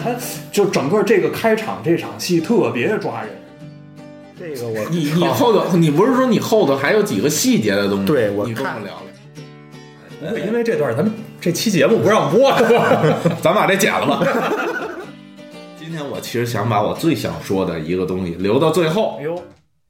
他就整个这个开场这场戏特别抓人。 这个我你后头你不是说你后头还有几个细节的东西？ 对，我你跟我看聊聊。 不会因为这段咱们这期节目不让播是吧？ 咱把这剪了吧。今天我其实想把我最想说的一个东西留到最后。 哎呦，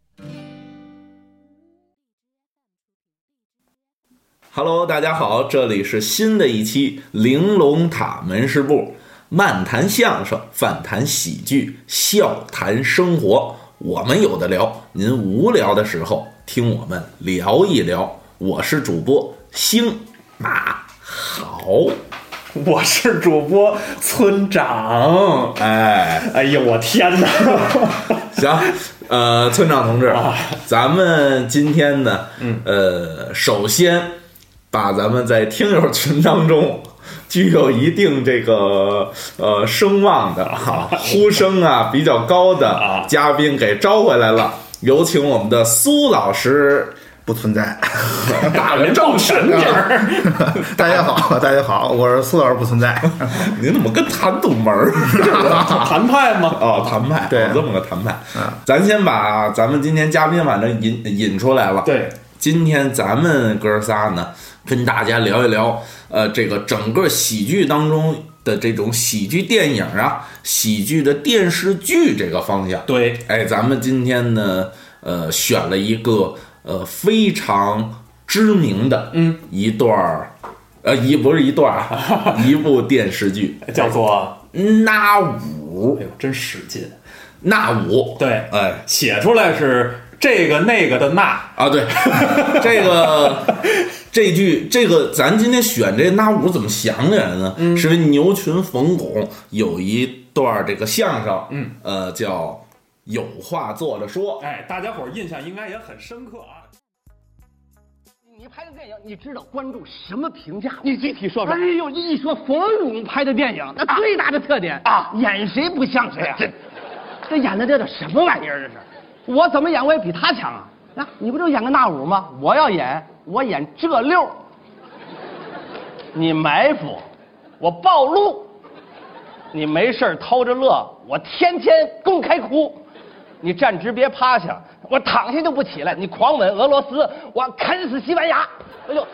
Hello， 大家好，这里是新的一期玲珑塔门市部，漫谈相声，饭谈喜剧，笑谈生活，我们有的聊。您无聊的时候听我们聊一聊。我是主播星马豪， 我是主播村长。哎呦，我天哪！ 行，村长同志，咱们今天呢，首先把咱们在听友群当中具有一定这个声望的呼声啊比较高的嘉宾给招回来了，有请我们的苏老师。 不存在， 打人正神名儿。 大家好，大家好，我是苏老师，不存在。 您怎么跟谈赌门儿？ 谈判吗？ 哦，谈判， 对， 这么个谈判。咱先把咱们今天嘉宾反正引出来了。 对， 今天咱们哥仨呢，跟大家聊一聊，这个整个喜剧当中的这种喜剧电影啊，喜剧的电视剧这个方向。 对， 哎，咱们今天呢，选了一个非常知名的一段不是一段一部电视剧， 叫做那五。 哎呦，真使劲！ 那五， 对， 哎， 写出来是这个那个的那啊，对，这个咱今天选这那五怎么想起来呢？是因为牛群冯巩有一段这个相声，叫有话坐着说。 哎，大家伙儿印象应该也很深刻啊。 你拍的电影，你知道观众什么评价？你具体说说。哎呦，一说冯巩拍的电影，那最大的特点啊，演谁不像谁啊？这演的这什么玩意儿？这是，我怎么演我也比他强啊！那你不就演个那五吗？我要演，我演这六。你埋伏，我暴露。你没事掏着乐，我天天公开哭。你站直别趴下，我躺下就不起来。你狂吻俄罗斯，我啃死西班牙。哎呦！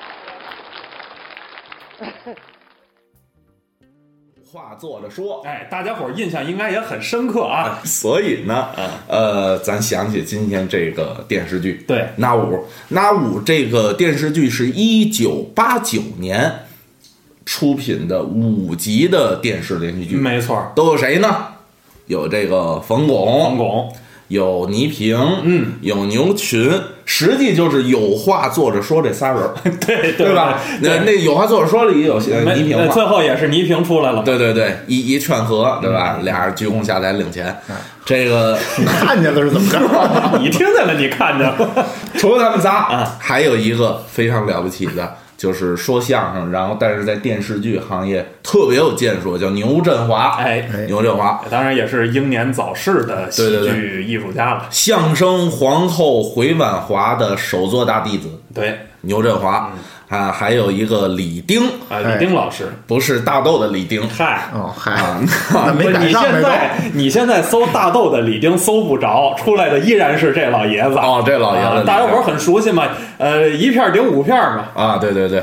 话坐着说， 哎，大家伙儿印象应该也很深刻啊。 所以呢，咱想起今天这个电视剧， 对， 那五这个电视剧是1989年出品的5集的电视连续剧， 没错， 都有谁呢？有这个冯巩，有倪萍，有牛群，实际就是有话坐着说这仨人，对吧？那有话坐着说里有倪萍嘛， 最后也是倪萍出来了， 对，一劝和，对吧？俩人鞠躬下台领钱，这个看见了是怎么着？ 你听见了，你看见了。 除了他们仨，还有一个非常了不起的。就是说相声，然后但是在电视剧行业特别有建树，叫牛振华。牛振华当然也是英年早逝的喜剧艺术家了， 相声皇后回婉华的首座大弟子。对，牛振华。还有一个李丁李丁老师， 不是大豆的李丁。 没赶上。 你现在搜大豆的李丁搜不着，出来的依然是这老爷子。 这老爷子， 大家伙儿很熟悉嘛，一片顶5片嘛。 对。对。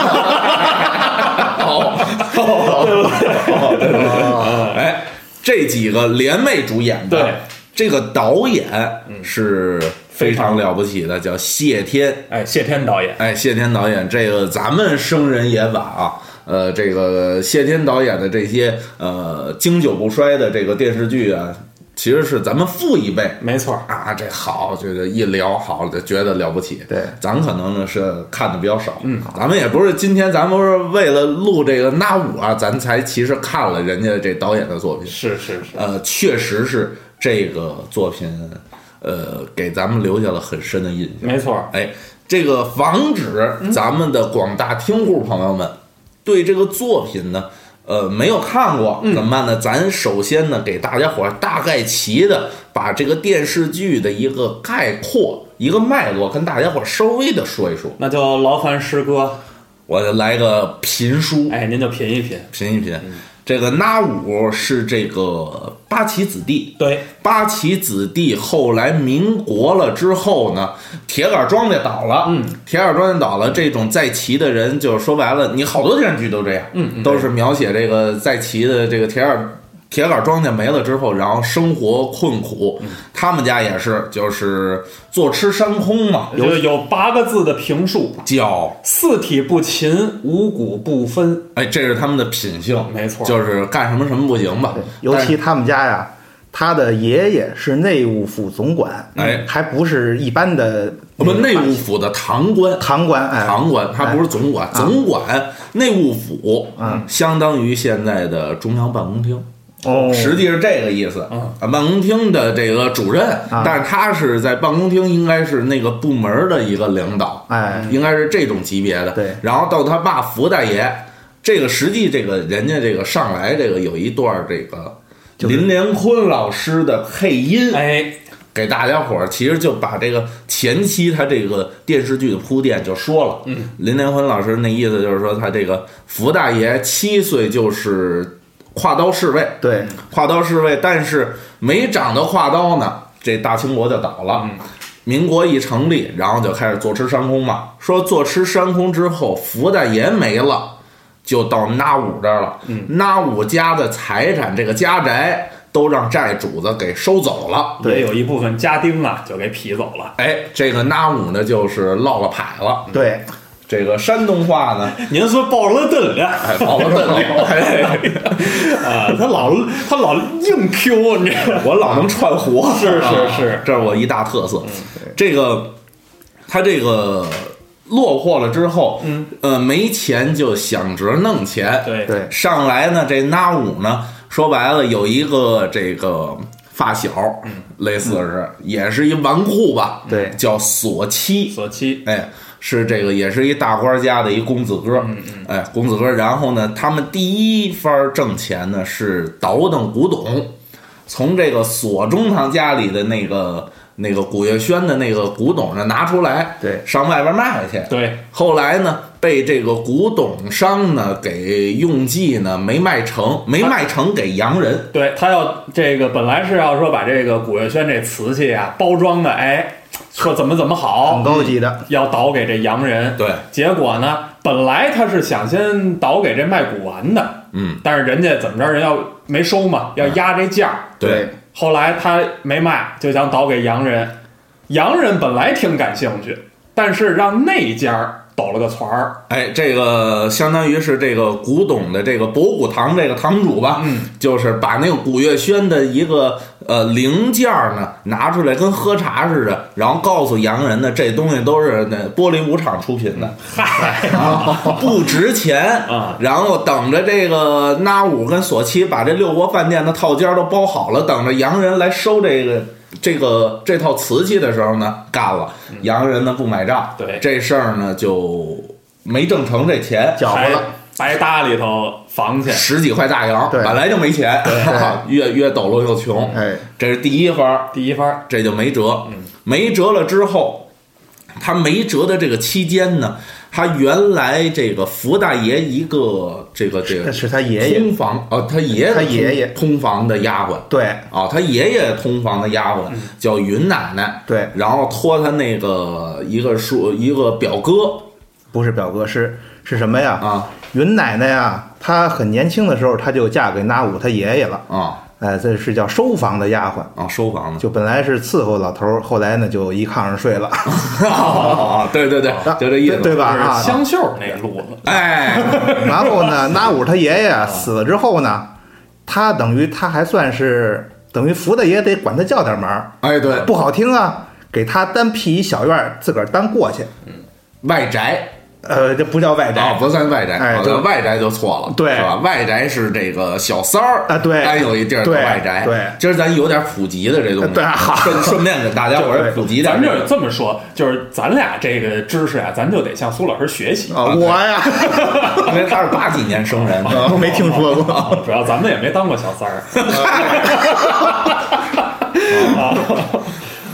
哎，这几个联袂主演的，对，这个导演是非常了不起的，叫谢天。 谢天导演。 谢天导演，这个咱们生人也晚啊。这个谢天导演的这些经久不衰的这个电视剧啊，其实是咱们父一辈， 没错啊，这好，这个一聊好就觉得了不起。 对， 咱可能呢是看的比较少，咱们也不是今天咱们是为了录这个那五啊，咱才其实看了人家这导演的作品。 是， 确实是这个作品。给咱们留下了很深的印象。 没错， 这个防止咱们的广大听户朋友们对这个作品呢，没有看过，怎么办呢？咱首先呢，给大家伙大概齐的把这个电视剧的一个概括、一个脉络，跟大家伙稍微的说一说。 那就劳烦师哥我就来个评书。 哎，您就品一品。 这个那武是这个八旗子弟， 对， 八旗子弟后来民国了之后呢，铁杆庄稼倒了，铁杆庄稼倒了，这种在旗的人，就是说白了，你好多电视剧都这样，都是描写这个在旗的这个铁杆庄稼没了之后，然后生活困苦，他们家也是，就是坐吃山空嘛。 有8个字的评述， 叫四体不勤，五谷不分。 哎，这是他们的品性， 没错， 就是干什么什么不行吧。 尤其他们家呀，他的爷爷是内务府总管， 哎， 还不是一般的我们内务府的堂官， 哎， 堂官，他不是总管，总管内务府，相当于现在的中央办公厅。实际是这个意思。办公厅的这个主任，但是他是在办公厅应该是那个部门的一个领导， 哎， 应该是这种级别的。 对， 然后到他爸福大爷，这个实际这个人家这个上来这个有一段这个林连坤老师的配音， 哎， 给大家伙儿其实就把这个前期他这个电视剧的铺垫就说了。林连坤老师那意思就是说，他这个福大爷7岁就是挎刀侍卫， 对， 挎刀侍卫，但是没长到挎刀呢，这大清国就倒了。民国一成立，然后就开始坐吃山空嘛。说坐吃山空之后，福大爷没了，就到那武这儿了。那武家的财产，这个家宅都让债主子给收走了， 也有一部分家丁啊就给劈走了。 哎，这个那武呢就是落了牌了。 对。 这个山东话呢， 您说爆了灯了， 爆了灯了， 他老硬 Q， 你知道吗？ 我老能串活， 是， 这是我一大特色。这个他这个落魄了之后，没钱就想着弄钱， 对， 上来呢，这那武呢，说白了有一个这个发小，类似是也是一纨绔吧， 对， 叫锁妻，哎。是这个，也是一大官家的一公子哥，哎，公子哥。然后呢，他们第一番挣钱呢是倒腾古董，从这个锁中堂家里的那个古月轩的那个古董呢拿出来， 对， 上外边卖去。 对， 后来呢，被这个古董商呢给用计呢没卖成给洋人。 对，他要这个本来是要说把这个古月轩这瓷器啊包装的，哎。说怎么好， 很高级的， 要倒给这洋人。 对， 结果呢，本来他是想先倒给这卖古玩的，但是人家怎么着，人要没收嘛，要压这价。 对， 后来他没卖，就想倒给洋人。洋人本来挺感兴趣，但是让那家抖了个团儿。 哎，这个相当于是这个古董的这个博古堂这个堂主吧，就是把那个古月轩的一个零件呢拿出来跟喝茶似的，然后告诉洋人呢，这东西都是那玻璃五厂出品的， 嗨， 不值钱啊。 然后等着这个那武跟锁妻把这六国饭店的套间都包好了，等着洋人来收这套瓷器的时候呢，干了，洋人呢不买账， 对这事儿呢就没挣成这钱， 搅和了， 白搭里头房去 10几块大洋，本来就没钱，越抖落又穷， 哎， 这是第一番，这就没辙，没辙了之后，他没辙的这个期间呢。他原来这个福大爷一个这个是他爷爷通房他爷爷通房的丫鬟，对他爷爷通房的丫鬟叫云奶奶， 对， 然后托他那个一个表哥， 不是表哥是什么呀？云奶奶呀，她很年轻的时候，她就嫁给那武他爷爷了这是叫收房的丫鬟收房的， 就本来是伺候老头，后来呢就一炕上睡了。 对，就这意思， 对吧？ 香秀那路子， 哎， 然后呢，那武他爷爷死了之后呢，他等于他还算是等于福大爷得管他叫点忙， 哎，对， 不好听啊，给他单辟一小院，自个儿单过去， 外宅。 这不叫外宅不算外宅，外宅就错了， 对， 是吧？外宅是这个小三儿对， 单有一地儿叫外宅， 对。 今儿咱有点普及的这东西， 对， 顺便给大家伙儿普及点。 咱就这么说，就是咱俩这个知识啊，咱就得向苏老师学习我呀， 因为他是80几年生人， 没听说过， 主要咱们也没当过小三儿。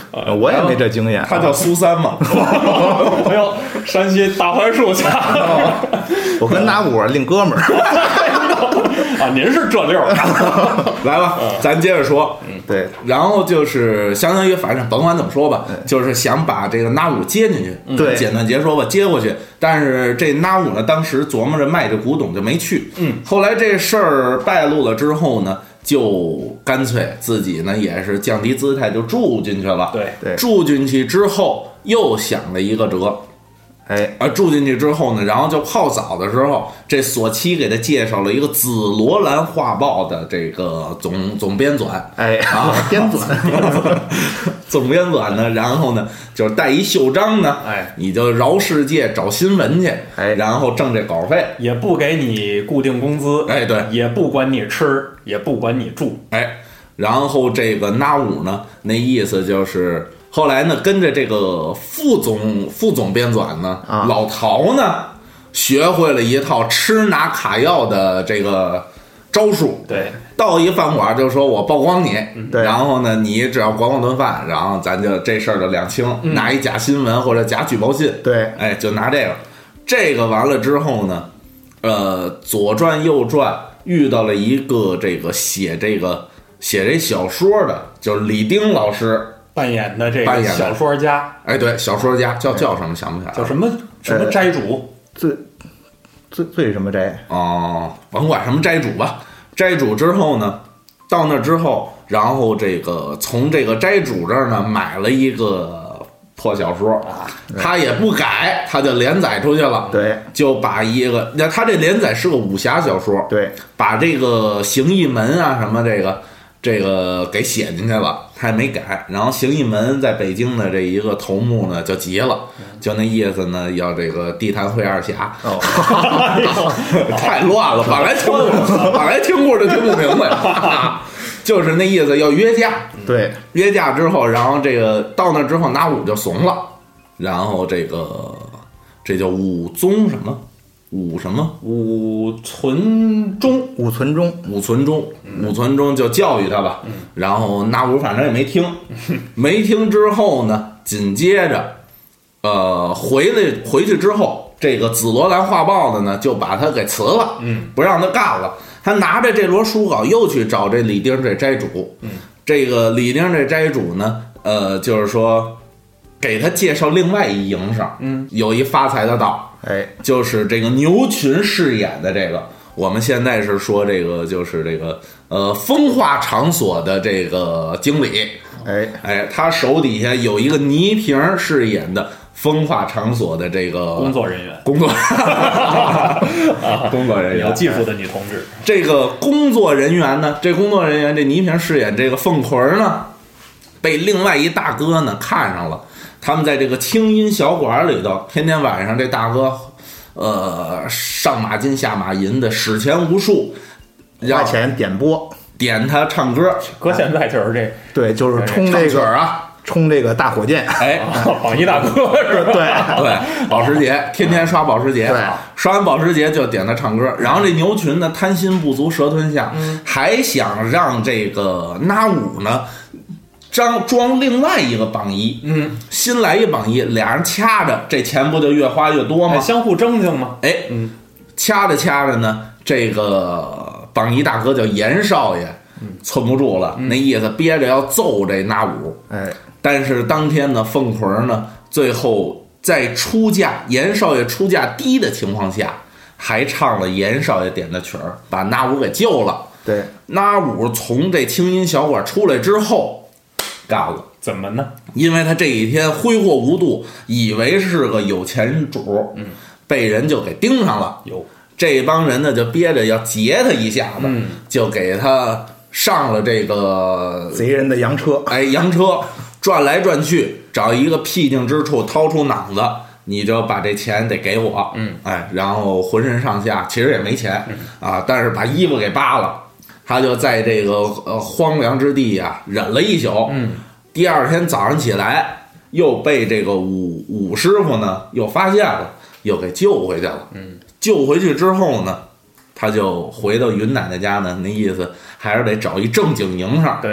我也没这经验。 他叫苏三嘛。 哎呦，山西大槐树下， 我跟那五另哥们儿。 啊，您是这溜儿。 来吧，咱接着说。 对， 然后就是相当于，反正甭管怎么说吧，就是想把这个那五接进去。 对， 简短截说吧，接过去。但是这那五呢，当时琢磨着卖这古董就没去。后来这事儿败露了之后呢，就干脆自己呢也是降低姿态，就住进去了。 对， 住进去之后又想了一个辙。住进去之后呢，然后就泡澡的时候，这所妻给他介绍了一个紫罗兰画报的这个总编纂， 编纂， 总编纂呢，然后呢就是带一袖章呢，你就绕世界找新闻去，然后挣这稿费， 也不给你固定工资， 对， 也不管你吃，也不管你住， 然后这个那五呢，那意思就是。后来呢，跟着这个副总编纂呢，老陶呢，学会了一套吃拿卡要的这个招数。 对， 到一饭馆就说我曝光你，然后呢，你只要管我顿饭，然后咱就这事儿就两清，拿一假新闻或者假举报信。 对， 就拿这个。这个完了之后呢，左转右转遇到了一个这个写这小说的，就是李丁老师。 扮演的这个小说家， 对，小说家叫什么想不起来， 叫什么斋主， 最什么斋甭管什么斋主吧。斋主之后呢，到那之后，然后这个从这个斋主这儿呢买了一个破小说他也不改，他就连载出去了。 对， 就把他这连载是个武侠小说， 对， 把这个形意门啊什么这个给写进去了，他也没改。然后形意门在北京的这一个头目呢就急了，就那意思呢要这个地坛会二侠。太乱了，本来听故事就听不明白。就是那意思要约架。 对， 约架之后，然后这个到那之后拿武就怂了，然后这叫武宗什么武存忠就教育他吧，然后那武反正也没听，没听之后呢，紧接着回去之后，这个紫罗兰画报的呢就把他给辞了，不让他干了。他拿着这摞书稿又去找这李丁这斋主，这个李丁这斋主呢，就是说给他介绍另外一营生，有一发财的道。就是这个牛群饰演的这个，我们现在是说这个就是这个风化场所的这个经理，他手底下有一个倪萍饰演的风化场所的这个工作人员， 工作人员， 有技术的女同志。 这个工作人员呢，这倪萍饰演这个凤葵呢，被另外一大哥呢看上了。他们在这个清音小馆里头，天天晚上这大哥，上马金下马银的，使钱无数， 花钱点他唱歌。 搁现在就是这， 对，就是冲这个冲这个大火箭， 榜一大哥是吧？ 对，保时捷，天天刷保时捷，刷完保时捷就点他唱歌。然后这牛群呢，贪心不足蛇吞象，还想让这个那武呢。装另外一个榜一，新来一榜一，俩人掐着，这钱不就越花越多吗？ 相互争竞吗？ 掐着呢，这个榜一大哥叫严少爷，寸不住了，那意思憋着要揍这那武。但是当天呢，凤葵呢，最后在严少爷出价低的情况下，还唱了严少爷点的曲儿，把那武给救了。 对， 那武从这清音小馆出来之后。干了， 怎么呢？ 因为他这一天挥霍无度，以为是个有钱主，被人就给盯上了。这帮人呢就憋着要劫他一下子，就给他上了这个贼人的洋车。 洋车转来转去，找一个僻静之处，掏出囊子，你就把这钱得给我。然后浑身上下其实也没钱但是把衣服给扒了。他就在这个荒凉之地忍了一宿，第二天早上起来又被这个武师傅呢又发现了，又给救回去了。救回去之后呢，他就回到云奶奶家呢，那意思还是得找一正经营生。 对，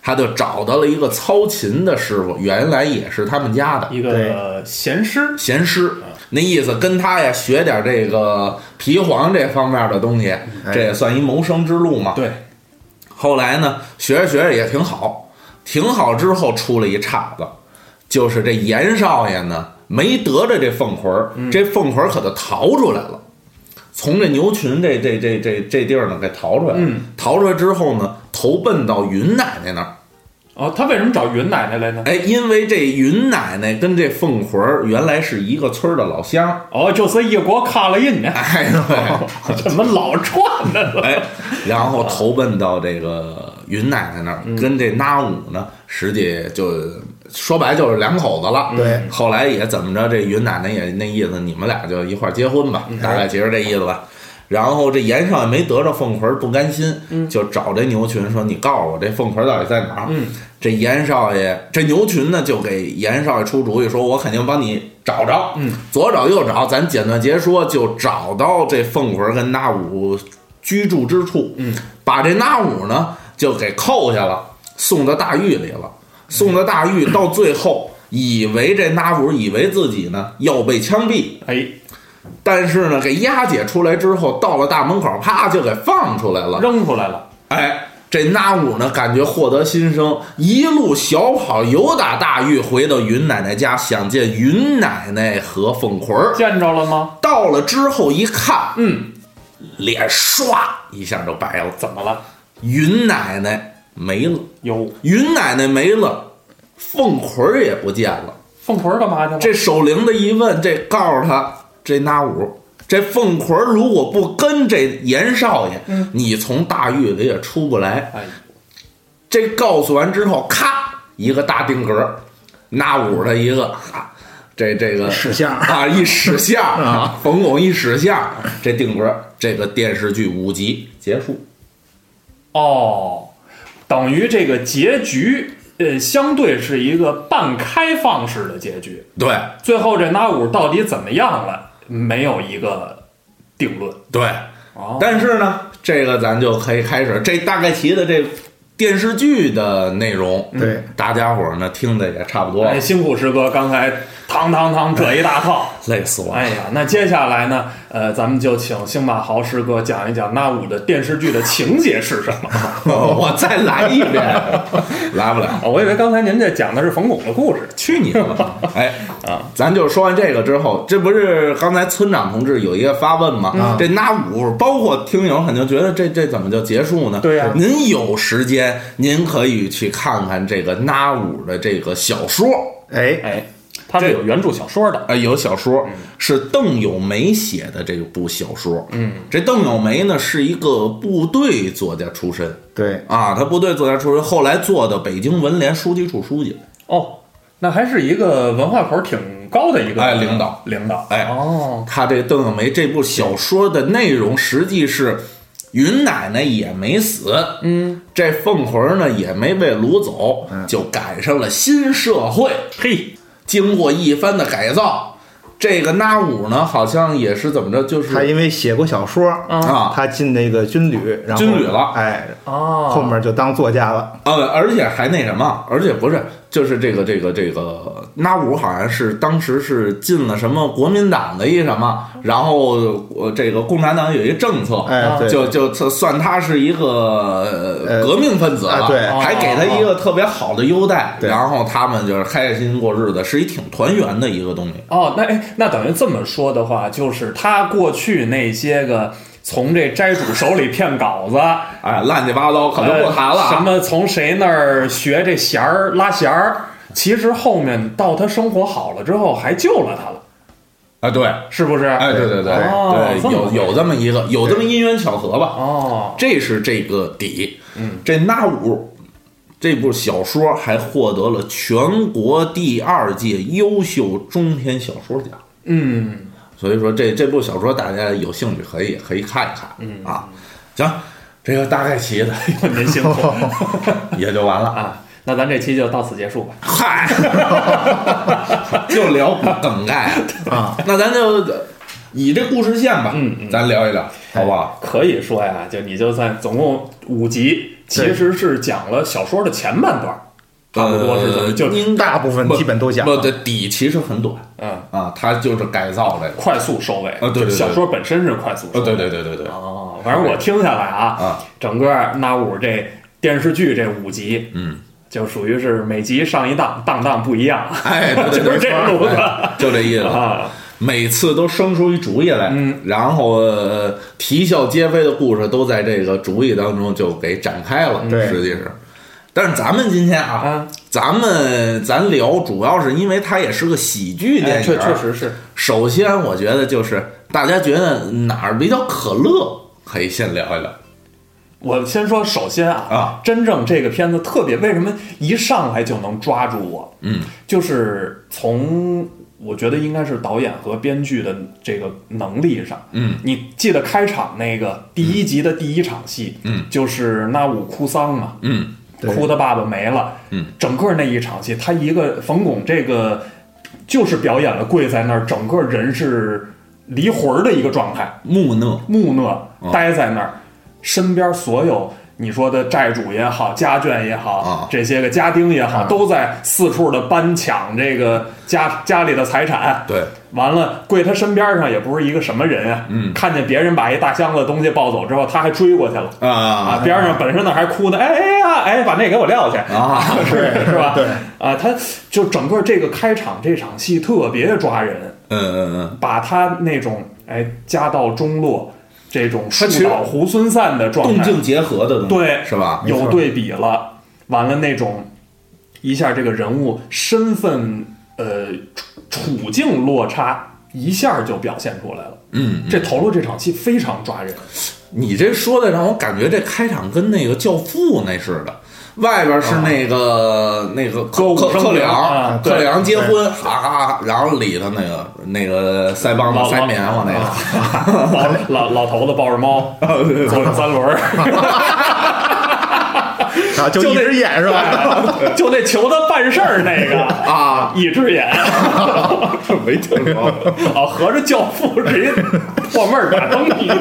他就找到了一个操琴的师傅，原来也是他们家的一个弦师，那意思跟他呀学点这个皮黄这方面的东西，这也算一谋生之路嘛。对。 后来呢，学着学着也挺好之后出了一岔子，就是这严少爷呢没得着这凤魂儿，这凤魂儿可就逃出来了。从这牛群这地儿呢给逃出来了，逃出来之后呢，投奔到云奶奶那儿。 哦，他为什么找云奶奶来呢？ 哎，因为这云奶奶跟这凤魂儿原来是一个村的老乡。 哦，就是一国卡了印呢。 哎，对， 怎么老串呢？ 哎，然后投奔到这个云奶奶那儿，跟这那武呢，实际就说白就是两口子了。 对， 后来也怎么着，这云奶奶也那意思，你们俩就一块儿结婚吧，大概其实这意思吧。然后这严少爷没得着凤魂，不甘心，就找这牛群说：“你告诉我这凤魂到底在哪儿？”这严少爷，这牛群呢就给严少爷出主意，说：“我肯定帮你找着。”左找右找，咱简短截说，就找到这凤魂跟那武居住之处。把这那武呢就给扣下了，送到大狱里了。送到大狱，到最后以为这那武以为自己呢要被枪毙，但是呢，给押解出来之后，到了大门口，啪就给放出来了， 扔出来了。 哎，这那武呢，感觉获得新生，一路小跑游打大狱，回到云奶奶家，想见云奶奶和凤魂。 见着了吗？ 到了之后一看，脸唰一下就白了。 怎么了？ 云奶奶没了。 哟， 云奶奶没了，凤魂也不见了。 凤魂干嘛去了？ 这守灵的一问，这告诉他。这那武，这凤魂如果不跟这严少爷，你从大狱里也出不来。这告诉完之后，咔一个大定格，那武的一个这个使相啊，一使相啊，冯巩一使相，这定格，这个电视剧5集结束。 哦，等于这个结局。相对是一个半开放式的结局。 对， 最后这那武到底怎么样了，没有一个定论。 对，但是呢，这个咱就可以开始这大概齐的这电视剧的内容。 对， 大家伙呢听的也差不多。 辛苦师哥刚才汤这一大套， 累死我了。 哎呀，那接下来呢，咱们就请星马豪师哥讲一讲那武的电视剧的情节是什么。 我再来一遍，来不了。 我以为刚才您这讲的是冯巩的故事。 去你的！哎咱就说完这个之后，这不是刚才村长同志有一个发问吗？这那武，包括听友肯定觉得这怎么就结束呢？ 对呀， 您有时间，您可以去看看这个那武的这个小说。 哎。 他这有原著小说的， 有小说，是邓友梅写的这部小说。这邓友梅呢是一个部队作家出身， 对啊，他部队作家出身，后来做的北京文联书记处书记。 哦，那还是一个文化口挺高的一个领导。他这邓友梅这部小说的内容实际是。云奶奶也没死，这凤魂呢也没被掳走，就赶上了新社会。经过一番的改造，这个那武呢好像也是怎么着，就是他因为写过小说他进那个军旅，然后军旅了， 后面就当作家了。 而且还那什么，而且不是，就是这个那武好像是当时是进了什么国民党的一什么，然后这个共产党有一政策，就算他是一个革命分子了， 对， 还给他一个特别好的优待，然后他们就是开心过日子，是一挺团圆的一个东西。 那等于这么说的话，就是他过去那些个从这斋主手里骗稿子， 乱七八糟可就不谈了。 什么从谁那儿学这弦儿拉弦儿，其实后面到他生活好了之后，还救了他了。 对， 是不是？ 对，有这么一个，有这么因缘巧合吧。这是这个底。这那武这部小说还获得了全国第2届优秀中篇小说奖。所以说这部小说大家有兴趣可以看一看。行，这个大概齐的， 您辛苦也就完了那咱这期就到此结束吧。 嗨，就聊梗概那咱就以这故事线吧，咱聊一聊，好不好？ 可以说呀，你就算总共5集，其实是讲了小说的前半段。差不多是怎么？就大部分基本都讲了。 的底其实很短，它就是改造这个快速收尾。 对， 小说本身是快速收尾。 对。 哦，反正我听下来整个那吾这电视剧这5集，就属于是每集上一档，档不一样。 哎， 就是这路子， 就这意思啊。每次都生出一主意来，然后啼笑皆非的故事都在这个主意当中就给展开了。实际是。但是咱们今天咱聊主要是因为它也是个喜剧电影， 确实是。 首先，我觉得就是大家觉得哪儿比较可乐，可以先聊一聊。 我先说，首先真正这个片子特别，为什么一上来就能抓住我？就是从我觉得应该是导演和编剧的这个能力上。你记得开场那个第1集的第1场戏，就是那吾哭丧嘛。哭他爸爸没了，整个那一场戏，他一个冯巩这个就是表演了跪在那儿，整个人是离魂的一个状态， 木讷， 待在那儿，身边所有你说的债主也好，家眷也好，这些个家丁也好，都在四处的搬抢这个家里的财产。 对， 完了跪他身边上也不是一个什么人啊，看见别人把一大箱子东西抱走之后，他还追过去了边上本身那还哭的，哎，把那给我撂下是吧？ 对他就整个这个开场这场戏特别抓人，把他那种家道中落。这种树倒猢狲散的状态， 动静结合的东西， 对， 是吧？ 有对比了，完了那种一下这个人物身份处境落差一下就表现出来了。这投入这场戏非常抓人。 你这说的让我感觉这开场跟那个《教父》那似的。外边是那个克里昂结婚，然后里头那个腮帮子塞棉花那个老头子抱着猫坐3轮就一只眼是吧？ 就那求他办事儿那个一只眼， 没听说合着教父是一破妹儿打灯谜。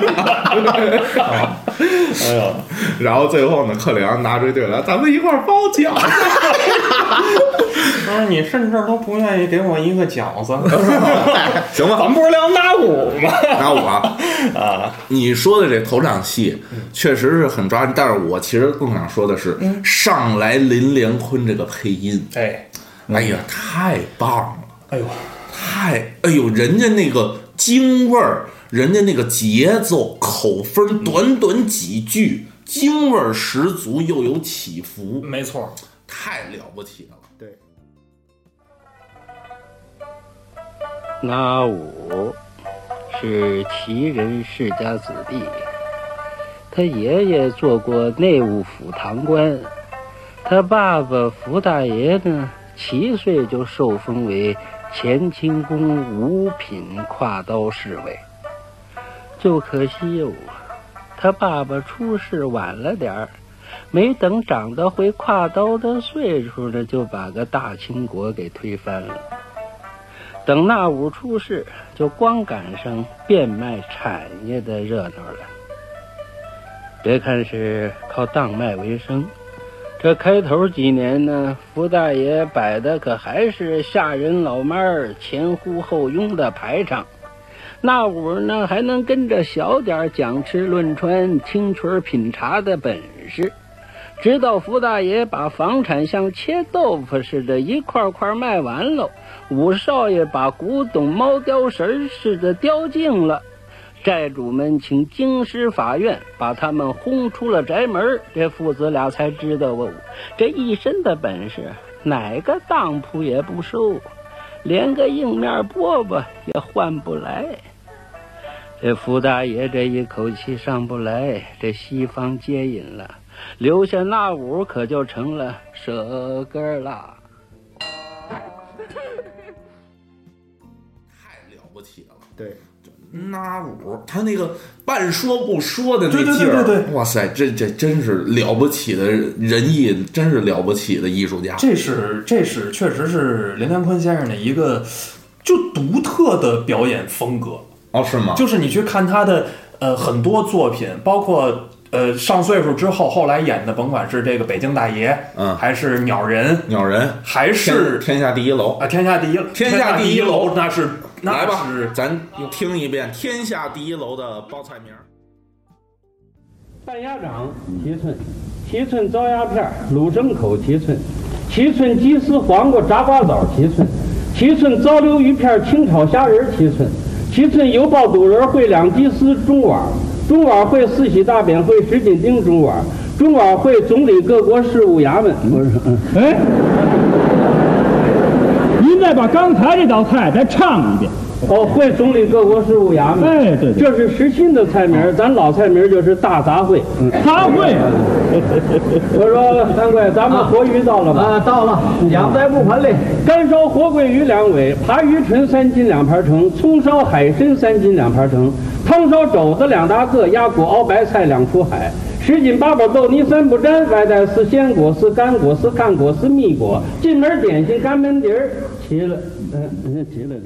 哎呦， 然后最后呢，克里昂拿出一对来，咱们一块儿包饺子。 你甚至都不愿意给我一个饺子， 行吧？ 咱们不是聊那吾吗？ 那吾你说的这头场戏确实是很抓人，但是我其实更想说的是，上来林连坤这个配音，哎呀，太棒了！哎呦，人家那个京味儿，人家那个节奏、口风，短几句，京味儿十足，又有起伏， 没错， 太了不起了。 对， 那吾是旗人世家子弟，他爷爷做过内务府堂官，他爸爸福大爷呢，7岁就受封为乾清宫五品跨刀侍卫。就可惜哟，他爸爸出事晚了点儿，没等长到会跨刀的岁数呢，就把个大清国给推翻了。等那吾出事，就光赶上变卖产业的热闹了。别看是靠当卖为生，这开头几年呢，福大爷摆的可还是下人老妈儿前呼后拥的排场。那吾呢，还能跟着小点讲吃论穿、听曲品茶的本事。直到福大爷把房产像切豆腐似的一块块卖完了，五少爷把古董猫雕神似的雕净了，债主们请京师法院把他们轰出了宅门，这父子俩才知道这一身的本事哪个当铺也不收，连个硬面饽饽也换不来。这福大爷这一口气上不来，这西方接引了，留下那吾可就成了舍根了。 太了不起了。 对， 那吾他那个半说不说的那劲儿， 对， 哇塞，这真是了不起的仁义，真是了不起的艺术家。 这是确实是林连坤先生的一个就独特的表演风格。 哦，是吗？ 就是你去看他的很多作品，包括上岁数之后，后来演的，甭管是这个北京大爷，还是鸟人，还是天下第一楼啊，天下第一楼，那是来吧，咱听一遍天下第一楼的报菜名。 半鸭掌7寸糟鸭片，卤牲口7寸，7寸鸡丝黄瓜炸瓜枣7寸糟溜鱼片清炒虾仁7寸，7寸油爆肚仁烩两鸡丝中碗烩四喜大扁烩什锦丁中碗烩总理各国事务衙门。 您再把刚才这道菜再唱一遍。 会总理各国事务衙门。 哎，对， 这是时新的菜名，咱老菜名就是大杂烩。 杂烩。 我说三贵，咱们活鱼到了吗？ 到了，养在木盆里。 干烧活桂鱼2尾，扒鱼唇3斤2盘成，葱烧海参3斤2盘成，汤烧肘子2大个，鸭骨熬白菜2出海。什锦八宝豆泥3不沾，外带丝鲜果丝、干果丝、看果丝、蜜果。进门点心干焖碟儿，齐了，齐了。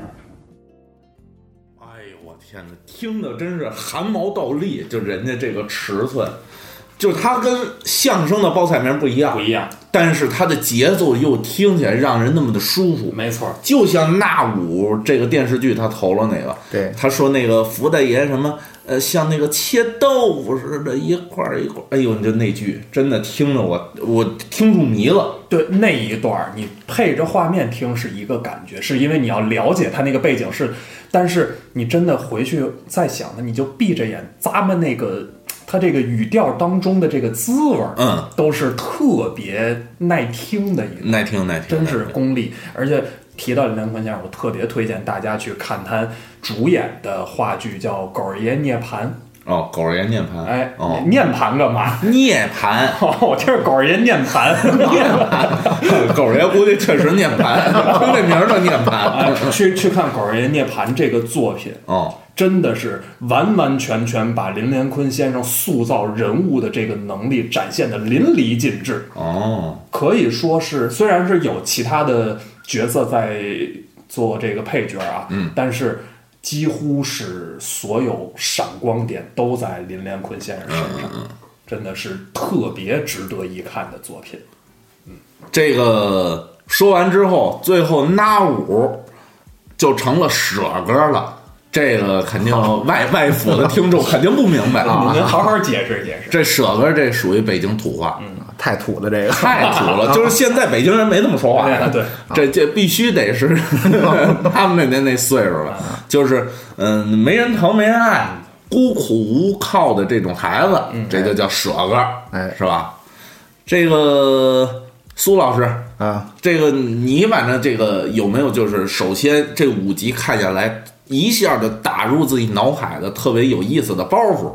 天哪，听的真是汗毛倒立，就人家这个尺寸，就是它跟相声的报菜名不一样，但是它的节奏又听起来让人那么的舒服。 没错， 就像那武这个电视剧他投了那个， 对， 他说那个福大爷什么像那个切豆腐似的，一块一块，哎呦，你就那句真的听着我听入迷了。 对，那一段你配着画面听是一个感觉，是因为你要了解他那个背景是。但是你真的回去再想呢，你就闭着眼，咱们那个他这个语调当中的这个滋味，都是特别耐听的一个， 耐听， 真是功力。而且提到林连坤先生，我特别推荐大家去看他主演的话剧，叫《狗儿爷涅槃》。 狗儿爷涅槃， 涅槃干嘛？ 涅槃， 我听着狗儿爷涅槃， 狗儿爷估计确实涅槃，听这名儿就涅槃。 去看狗儿爷涅槃这个作品，真的是完完全全把林连坤先生塑造人物的这个能力展现的淋漓尽致。可以说是，虽然是有其他的角色在做这个配角啊，但是。几乎是所有闪光点都在林连坤先生身上，真的是特别值得一看的作品。 这个说完之后，最后那武就成了舍哥了。这个肯定外府的听众肯定不明白啊！ 您好好解释解释。 这舍哥这属于北京土话， 太土了，这个太土了，就是现在北京人没这么说话的。 对， 这必须得是他们那岁数了，就是没人疼没人爱，孤苦无靠的这种孩子，这就叫舍哥，是吧？这个苏老师啊， 这个你反正这个有没有就是首先这5集看下来？一下就打入自己脑海的特别有意思的包袱，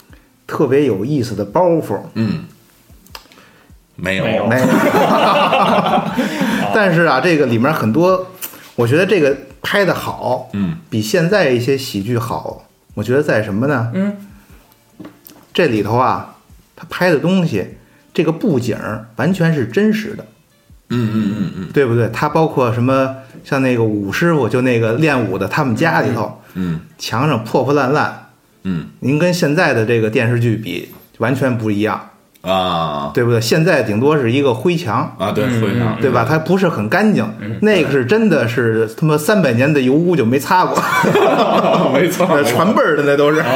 没有。 但是啊，这个里面很多，我觉得这个拍的好，比现在一些喜剧好。我觉得在什么呢？这里头啊，他拍的东西，这个布景完全是真实的。对不对？他包括什么，像那个武师傅，就那个练武的，他们家里头，墙上破破烂烂，您跟现在的这个电视剧比，完全不一样啊， 对不对？现在顶多是一个灰墙啊，对，灰墙， 对吧？它不是很干净，那个是真的是他妈300年的油污就没擦过， 没错， 传辈儿的那都是，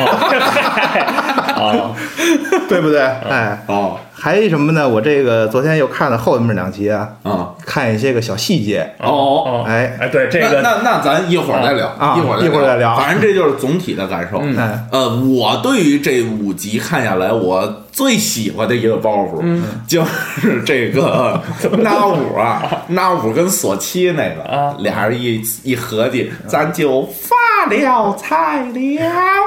对不对？还什么呢？我这个昨天又看了后面2集啊，看一些个小细节。 对这个， 那咱一会儿再聊啊，一会儿再聊。 反正这就是总体的感受。我对于这5集看下来，我最喜欢的一个包袱，就是这个那武跟索七那个，俩人一合计，咱就发了财了。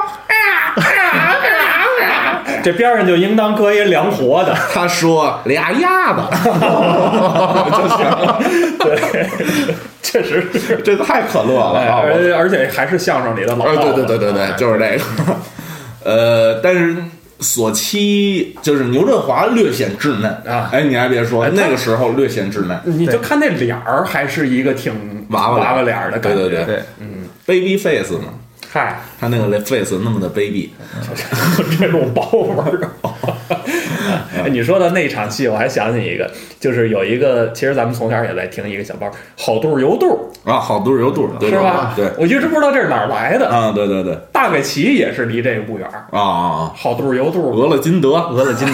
这边上就应当搁一凉活的， 他说俩鸭子就行了。对， 确实是， 这太可乐了， 而且还是相声里的老道。 对，就是这个。但是索七就是牛振华略显稚嫩啊，你还别说，那个时候略显稚嫩， 你就看那脸儿还是一个挺娃娃脸的感觉， 对，baby face 嘛。 嗨， 他那个 face 那么的卑鄙， 这种包味儿。你说的那场戏，我还想起一个，就是有一个，其实咱们从小也在听一个小包，好肚油肚啊，好肚油肚， 是吧？ 对， 我一直不知道这是哪儿来的啊。对对对， 大概齐也是离这个不远啊。 好肚油肚， 俄勒金德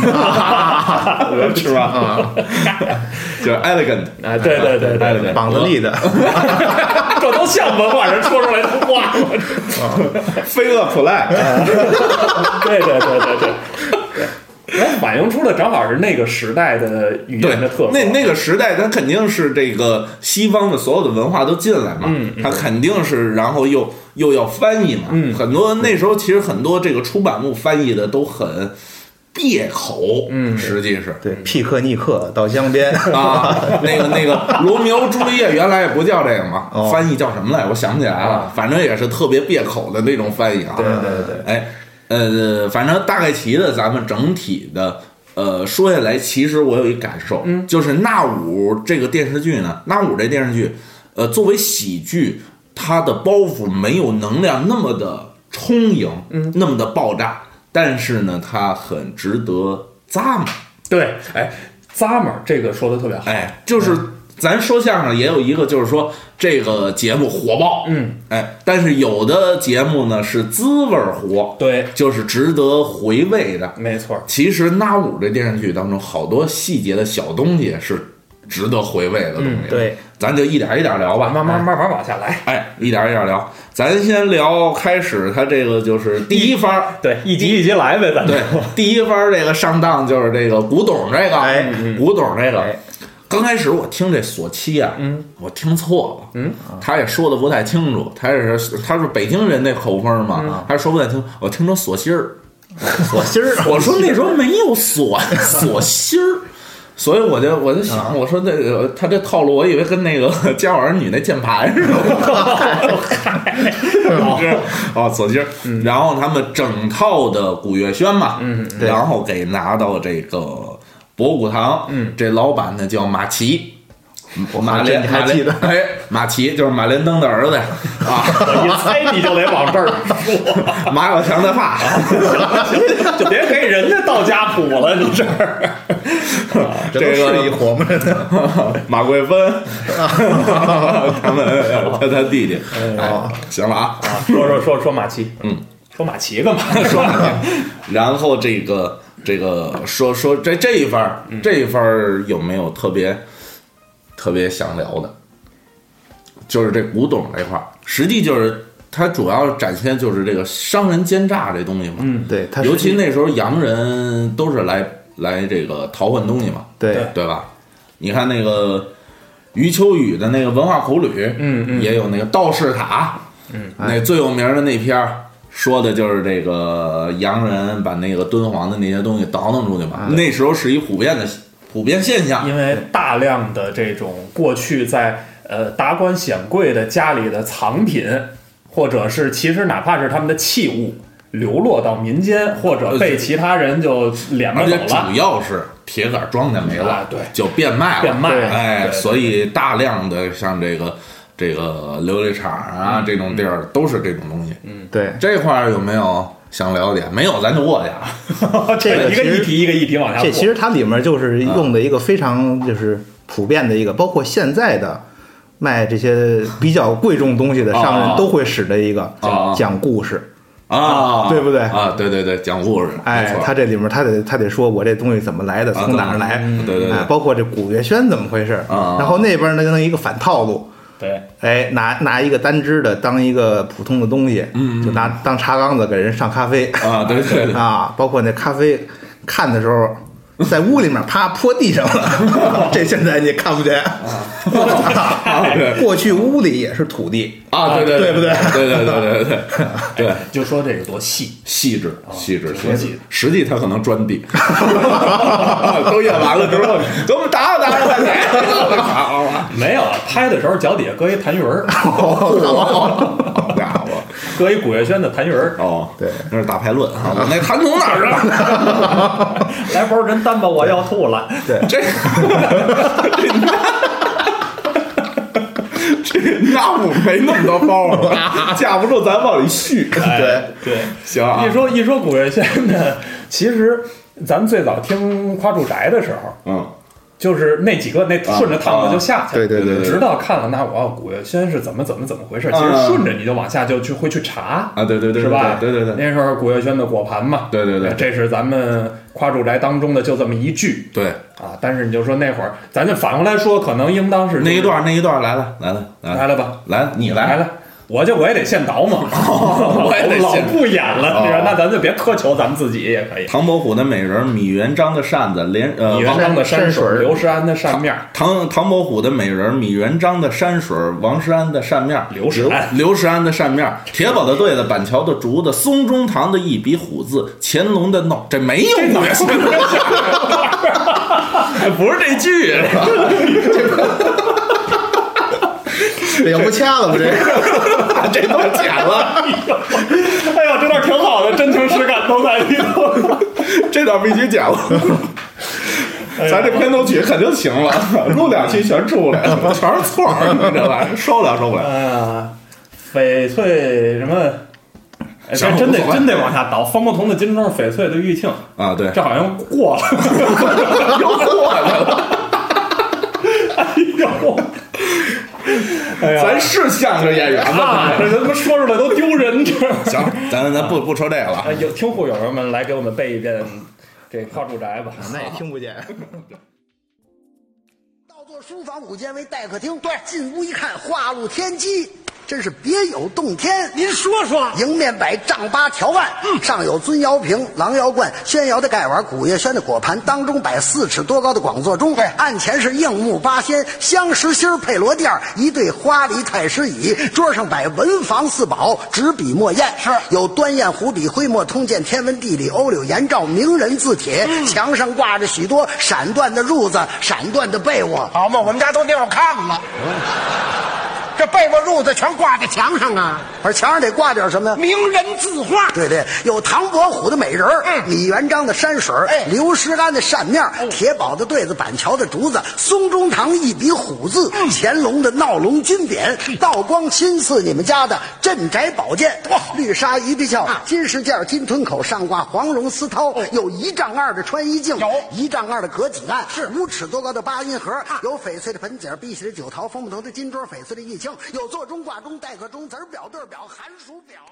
是吧？ 啊， 就是 elegant 啊，对对对对， 绑子立的， 这都像文化人说出来的话。 飞勒普赖， 对对对对对。反映出的正好是那个时代的语言的特色。 那个时代，它肯定是这个西方的所有的文化都进来嘛，它肯定是，然后又要翻译嘛，很多那时候其实很多这个出版物翻译的都很别口，实际是对皮克尼克到江边啊，那个罗密欧朱丽叶原来也不叫这个嘛，翻译叫什么来？我想不起来了，反正也是特别别口的那种翻译啊。 对对对， 哎。反正大概齐的，咱们整体的，说下来，其实我有一感受，就是《纳武》这个电视剧呢，《纳武》这电视剧，作为喜剧，它的包袱没有能量那么的充盈，那么的爆炸，但是呢，它很值得咂摸。 对，哎，咂摸这个说的特别好， 哎，就是。咱说相声也有一个，就是说这个节目火爆，但是有的节目呢是滋味活， 对， 就是值得回味的， 没错。 其实《纳武》这电视剧当中，好多细节的小东西是值得回味的东西， 对， 咱就一点一点聊吧， 慢慢往下来， 哎，一点一点聊。咱先聊开始，它这个就是第一番， 对，一集一集来呗，咱对，第一番这个上当就是这个古董这个，古董这个。刚开始我听这锁七啊，我听错了，他也说的不太清楚，他是北京人那口风嘛，他说不太清，我听成锁芯儿， 锁芯儿， 我说那时候没有锁芯儿，所以我就想，我说那个他这套路，我以为跟那个家有儿女那键盘似的，锁芯儿，然后他们整套的古月轩嘛，然后给拿到这个。博古堂，这老板呢叫马奇，马连， 还记得？ 哎，马奇就是马连登的儿子啊！ 一猜你就得往这儿说， 马小强的爸， 就别给人家道家谱了，你这儿。 这都是一伙嘛， 马桂芬，他们他弟弟，行了啊， 说马奇，说马奇干嘛？ 说马奇，然后这个说这一番有没有特别想聊的？就是这古董这块儿，实际就是它主要展现就是这个商人奸诈这东西嘛。 对， 尤其那时候洋人都是来这个淘换东西嘛，对吧？你看那个余秋雨的那个文化苦旅，也有那个道士塔，那最有名的那篇说的就是这个洋人把那个敦煌的那些东西倒腾出去嘛，那时候是一普遍现象， 因为大量的这种过去在达官显贵的家里的藏品，或者是其实哪怕是他们的器物流落到民间，或者被其他人就敛了， 而且主要是铁杆庄稼没了， 对， 就变卖了，哎， 对， 所以大量的像这个琉璃厂啊这种地儿都是这种东西。 对， 这块儿有没有想了解？没有，咱就过去啊。 这个一个议题往下过。 这其实它里面就是用的一个非常就是普遍的一个，包括现在的卖这些比较贵重东西的商人都会使的一个讲故事。对不对啊？对，讲故事。 哎，他这里面他得说我这东西怎么来的，从哪儿来？ 对， 包括这古月轩怎么回事？然后那边呢就弄一个反套路。 对， 哎，拿一个单支的当一个普通的东西，就当茶缸子给人上咖啡啊，对啊，包括那咖啡看的时候，在屋里面啪泼地上了，这现在你看不见。过去屋里也是土地啊，对不对？ 对， 就说这个多细致，实际他可能钻地，都演完了之后，给我们打没有，拍的时候脚底下搁一痰盂儿， 好家伙， 搁一古月轩的痰盂儿。 对，那是大排论啊，我那痰从哪儿了？ 来包人单吧，我要吐了。 对， 这那我没那么多包了，架不住咱往里续。 对， 行啊。 一说古月轩呢，其实咱们最早听夸住宅的时候，就是那几个那顺着趟子就下去了， 对， 直到看了那我古月轩是怎么回事，其实顺着你就往下就会去查啊，对， 是吧？ 对， 那时候古月轩的果盘嘛， 对， 这是咱们夸住宅当中的就这么一句， 对啊，但是你就说那会儿，咱就反过来说，可能应当是那一段来了吧， 来你来了。我也得现倒嘛，我也得老不演了，那咱就别苛求咱们自己也可以。 唐伯虎的美人，米元璋的扇子， 米元璋的山水，刘诗安的扇面。 唐伯虎的美人，米元璋的山水，王诗安的扇面，刘诗安的扇面，铁宝的对子，板桥的竹子，松中堂的一笔虎字，乾隆的闹，这没有古月轩，不是这句。 这要不掐了不这这都剪了。 哎呦，这段挺好的，真情实感都在里头。 这段必须剪了。咱这片头曲肯定行了，录2期全出来了，全是错儿，你这玩意儿受不了。 哎呀，翡翠什么？真得往下倒。方伯同的金钟，翡翠的玉磬啊，对， 这好像过了， 又过来了。 哎呦！ 咱是相声演员吗？ 这他妈说出来都丢人。 行，咱不说这个了。 有听户友们来给我们背一遍这夸住宅吧， 那也听不见。 倒座书房5间为待客厅，对，进屋一看，画入天机。真是别有洞天， 您说说。 迎面摆丈8条腕，上有尊窑瓶、狼窑罐、宣窑的盖碗、古月轩的果盘，当中摆4尺多高的广座钟，案前是硬木8仙、香石心配罗垫，一对花梨太师椅，桌上摆文房4宝、纸笔墨砚，是有端砚、湖笔、徽墨、通鉴、天文地理、欧柳颜照、名人字帖，墙上挂着许多闪缎的褥子、闪缎的被窝。 好嘛，我们家都盯着看了。这被窝褥子全挂在墙上啊， 而墙上得挂点什么呀？ 名人字画。 对，有唐伯虎的美人，米元璋的山水，刘诗安的扇面，铁宝的对子，板桥的竹子，松中堂一笔虎字，乾隆的闹龙金匾，道光亲赐你们家的镇宅宝剑，绿纱鱼皮鞘，金饰件，金吞口，上挂黄绒丝绦，有1丈2的穿衣镜，有1丈2的隔几案，是5尺多高的8音盒，有翡翠的盆景，碧玺的酒桃，风不头的金桌，翡翠的玉磬，有座钟、挂钟、待客钟、子表、对表、寒暑表。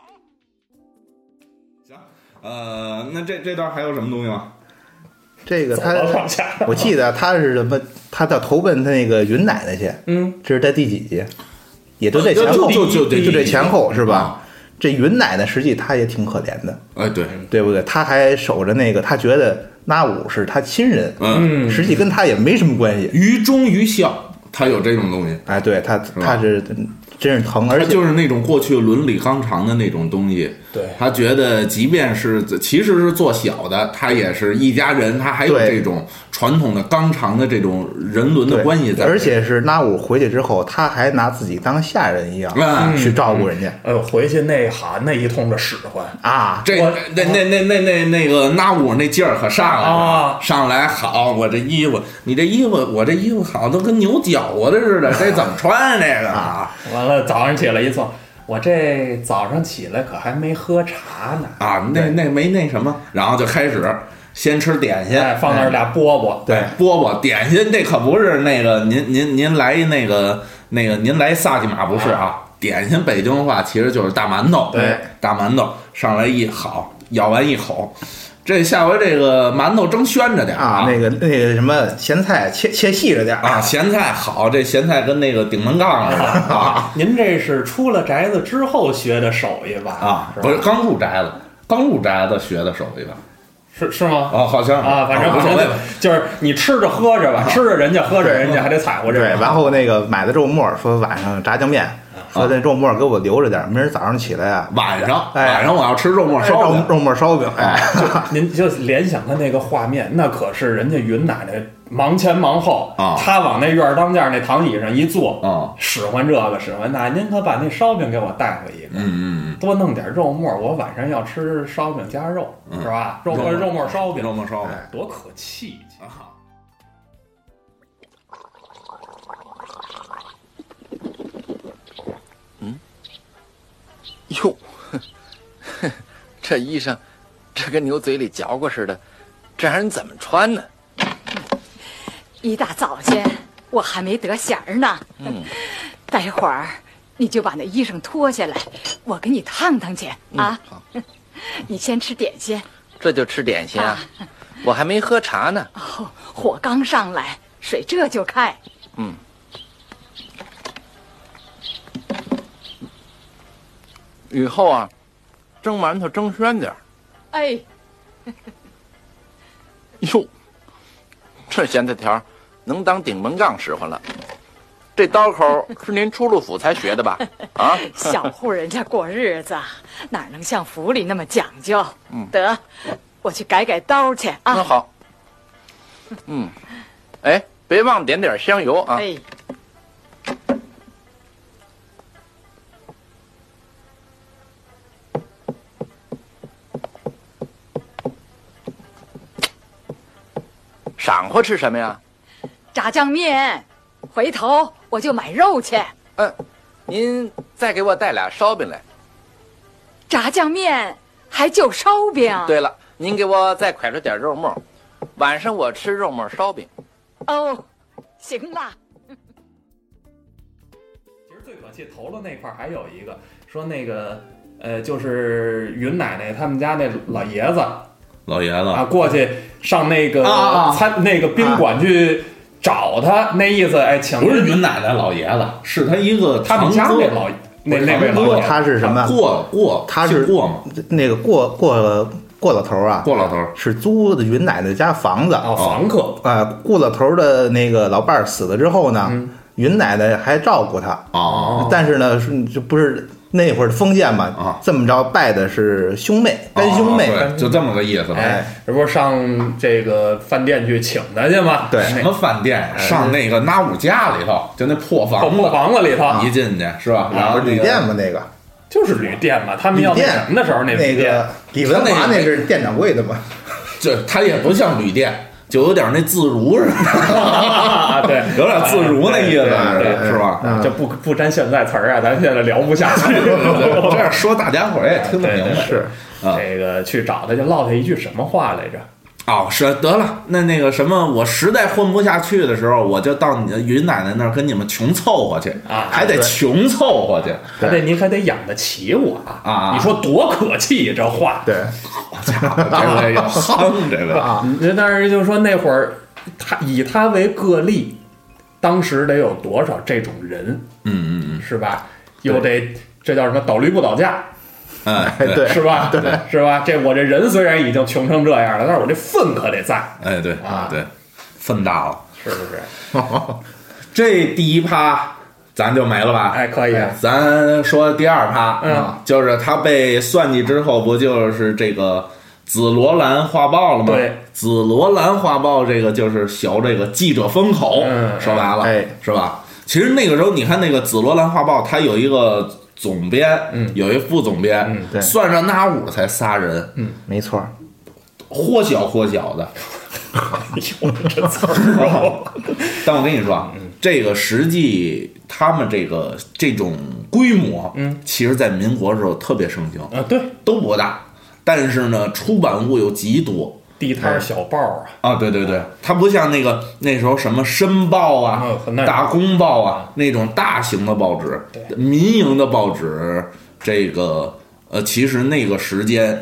行，那这段还有什么东西吗？ 这个我记得他是什么？他到投奔他那个云奶奶去，这是在第几集？也就这前后，就这前后是吧？这云奶奶实际她也挺可怜的， 哎，对不对？她还守着那个，她觉得那武是她亲人，实际跟她也没什么关系， 于忠于孝，她有这种东西。 哎，对，她是真是疼，而且就是那种过去伦理纲常的那种东西。 对， 他觉得即便是其实是做小的，他也是一家人，他还有这种传统的纲常的这种人伦的关系在。 而且是那武回去之后，他还拿自己当下人一样去照顾人家。 回去那一通的使唤啊， 这那个那武那劲儿可上来了啊！上来好，我这衣服，你这衣服，我这衣服好都跟牛角过的似的，这怎么穿这个啊？ 完了，早上起来一坐。我这早上起来可还没喝茶呢啊，那没那什么，然后就开始先吃点心， 放那儿俩饽饽， 对，饽饽点心，这可不是那个您来那个您来萨琪玛不是啊？点心北京话其实就是大馒头， 对， 大馒头上来一好，咬完一口。这下回这个馒头蒸暄着点啊，那个什么咸菜切细着点啊，咸菜好，这咸菜跟那个顶门杠似的啊。 您这是出了宅子之后学的手艺吧？ 啊，不是刚入宅子学的手艺吧？ 是吗？ 哦，好像啊，反正无所谓吧，就是你吃着喝着吧，吃着人家喝着人家，还得踩乎这个。 对，然后那个买的肉末，说晚上炸酱面。说那肉末给我留着点，明儿早上起来啊， 晚上我要吃肉末烧饼， 肉末烧饼，哎， 您就联想他那个画面，那可是人家云奶奶忙前忙后啊， 他往那院当间那躺椅上一坐啊，使唤这个使唤那，您可把那烧饼给我带回一个，多弄点肉末，我晚上要吃烧饼加肉，是吧？肉末烧饼，多可气气啊！ 哟，这衣裳，这跟牛嘴里嚼过似的，这让人怎么穿呢？ 一大早先我还没得闲儿呢。待会儿你就把那衣裳脱下来，我给你烫烫去啊。 好， 你先吃点心。 这就吃点心啊？我还没喝茶呢。 哦，火刚上来，水这就开。 以后啊，蒸馒头蒸宣点。 哎， 哟，这咸菜条能当顶门杠使唤了。这刀口是您出入府才学的吧？啊， 小户人家过日子哪能像府里那么讲究？得，我去改改刀去啊。 好。哎，别忘点点香油啊。 哎。 晌午吃什么呀？ 炸酱面，回头我就买肉去。 您再给我带俩烧饼来。 炸酱面还就烧饼？ 对了，您给我再蒯出点肉末，晚上我吃肉末烧饼。 哦，行了。 其实最可气头了那块还有一个，说那个就是云奶奶他们家那老爷子啊，过去上那个那个宾馆去找他，那意思请不是云奶奶老爷子，是他一个他们家那位老爷子， 他是什么？他是过吗？ 那个过老头啊， 过老头是租的云奶奶家房子房客过老头的那个老伴儿死了之后呢，云奶奶还照顾他但是呢就不是。那会儿封建嘛，这么着拜的是兄妹，干兄妹， 就这么个意思。 这不是上这个饭店去请他去吗？ 对， 什么饭店？上那个拿五家里头，就那破房子里头一进去是吧？然后旅店嘛，那个就是旅店嘛。他们要那什么的时候，那个李文华那是店掌柜的嘛， 就他也不像旅店。就有点那自如似的， 对， 有点自如那意思，是吧？ 就不沾现在词儿啊，咱现在聊不下去。 这样说大家伙也听得明白。 是，这个去找他就唠他一句什么话来着？ 是得了，那个什么，我实在混不下去的时候，我就到你的云奶奶那儿跟你们穷凑合去还得穷凑合去， 您还得养得起我你说多可气这话？ 对， 我操，这个要夯这个但是就是说那会儿以他为个例，当时得有多少这种人？是吧？又得这叫什么？倒驴不倒架。 对， 是吧？ 对， 是吧？我这人虽然已经穷成这样了，但是我这份可得在。 对对，份大了， 是不是？ 这第一趴咱就没了吧？ 可以。 咱说第二趴，就是他被算计之后，不就是这个紫罗兰画报了吗？ 对， 紫罗兰画报这个就是学这个记者风口，说白了，是吧？其实那个时候，你看那个紫罗兰画报，它有一个总编，有一副总编，算上那屋才仨人， 没错， 豁小的， 有这词儿。 但我跟你说，这个实际他们这种规模，其实在民国时候特别盛行对， 都不大，但是呢，出版物又极多。 地摊小报对对对，它不像那时候什么申报大公报那种大型的报纸，民营的报纸，这个其实那个时间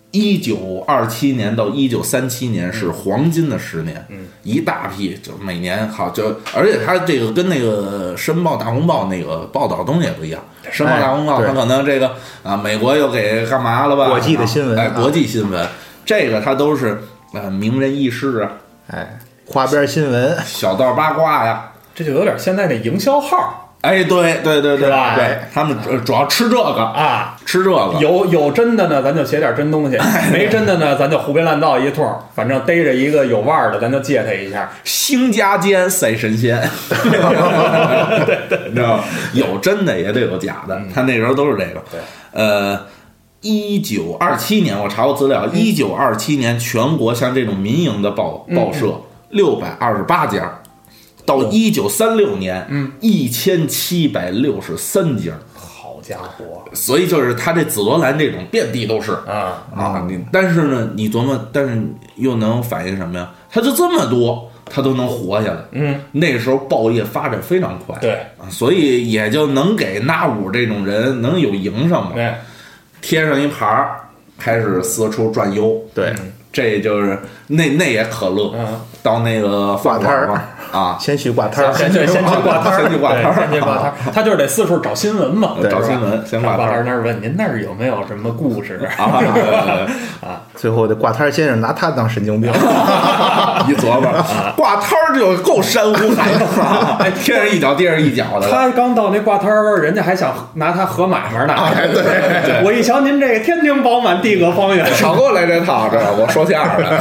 ，1927年到1937年是黄金的10年，一大批，就每年好而且它这个跟那个申报大公报那个报道东西也不一样，申报大公报它可能这个美国又给干嘛了吧？ 国际的新闻， 国际新闻。这个它都是名人轶事花边新闻、 小道八卦呀， 这就有点现在的营销号。 对， 是吧？ 对，他们主要吃这个吃这个。 有真的呢，咱就写点真东西；没真的呢，咱就胡编乱造一通。反正逮着一个有腕儿的，咱就借他一下。 兴家间赛神仙，对，知道吗？有真的也得有假的，他那时候都是这个。 对 ，1927年我查过资料，1927年全国像这种民营的报社628家，到1936年，1763家。 好家伙！ 所以就是他这紫罗兰这种遍地都是但是呢，你琢磨，但是又能反映什么呀？他就这么多，他都能活下来。那时候报业发展非常快， 对， 所以也就能给纳武这种人能有营生嘛。 对， 贴上一牌儿，开始四处转悠。 对。 这就是那也可乐，到那个挂摊儿啊， 先去挂摊儿， 先去挂摊儿， 先去挂摊儿， 他就是得四处找新闻嘛， 找新闻，先挂摊儿那儿问您那儿有没有什么故事啊？ 最后这挂摊儿先生拿他当神经病， 一琢磨，挂摊儿就够山呼海了，天上一脚地上一脚的。 他刚到那挂摊儿，人家还想拿他合买卖呢。 对， 我一瞧您这个天庭饱满，地阁方圆， 少给我来这套，这我说相声的。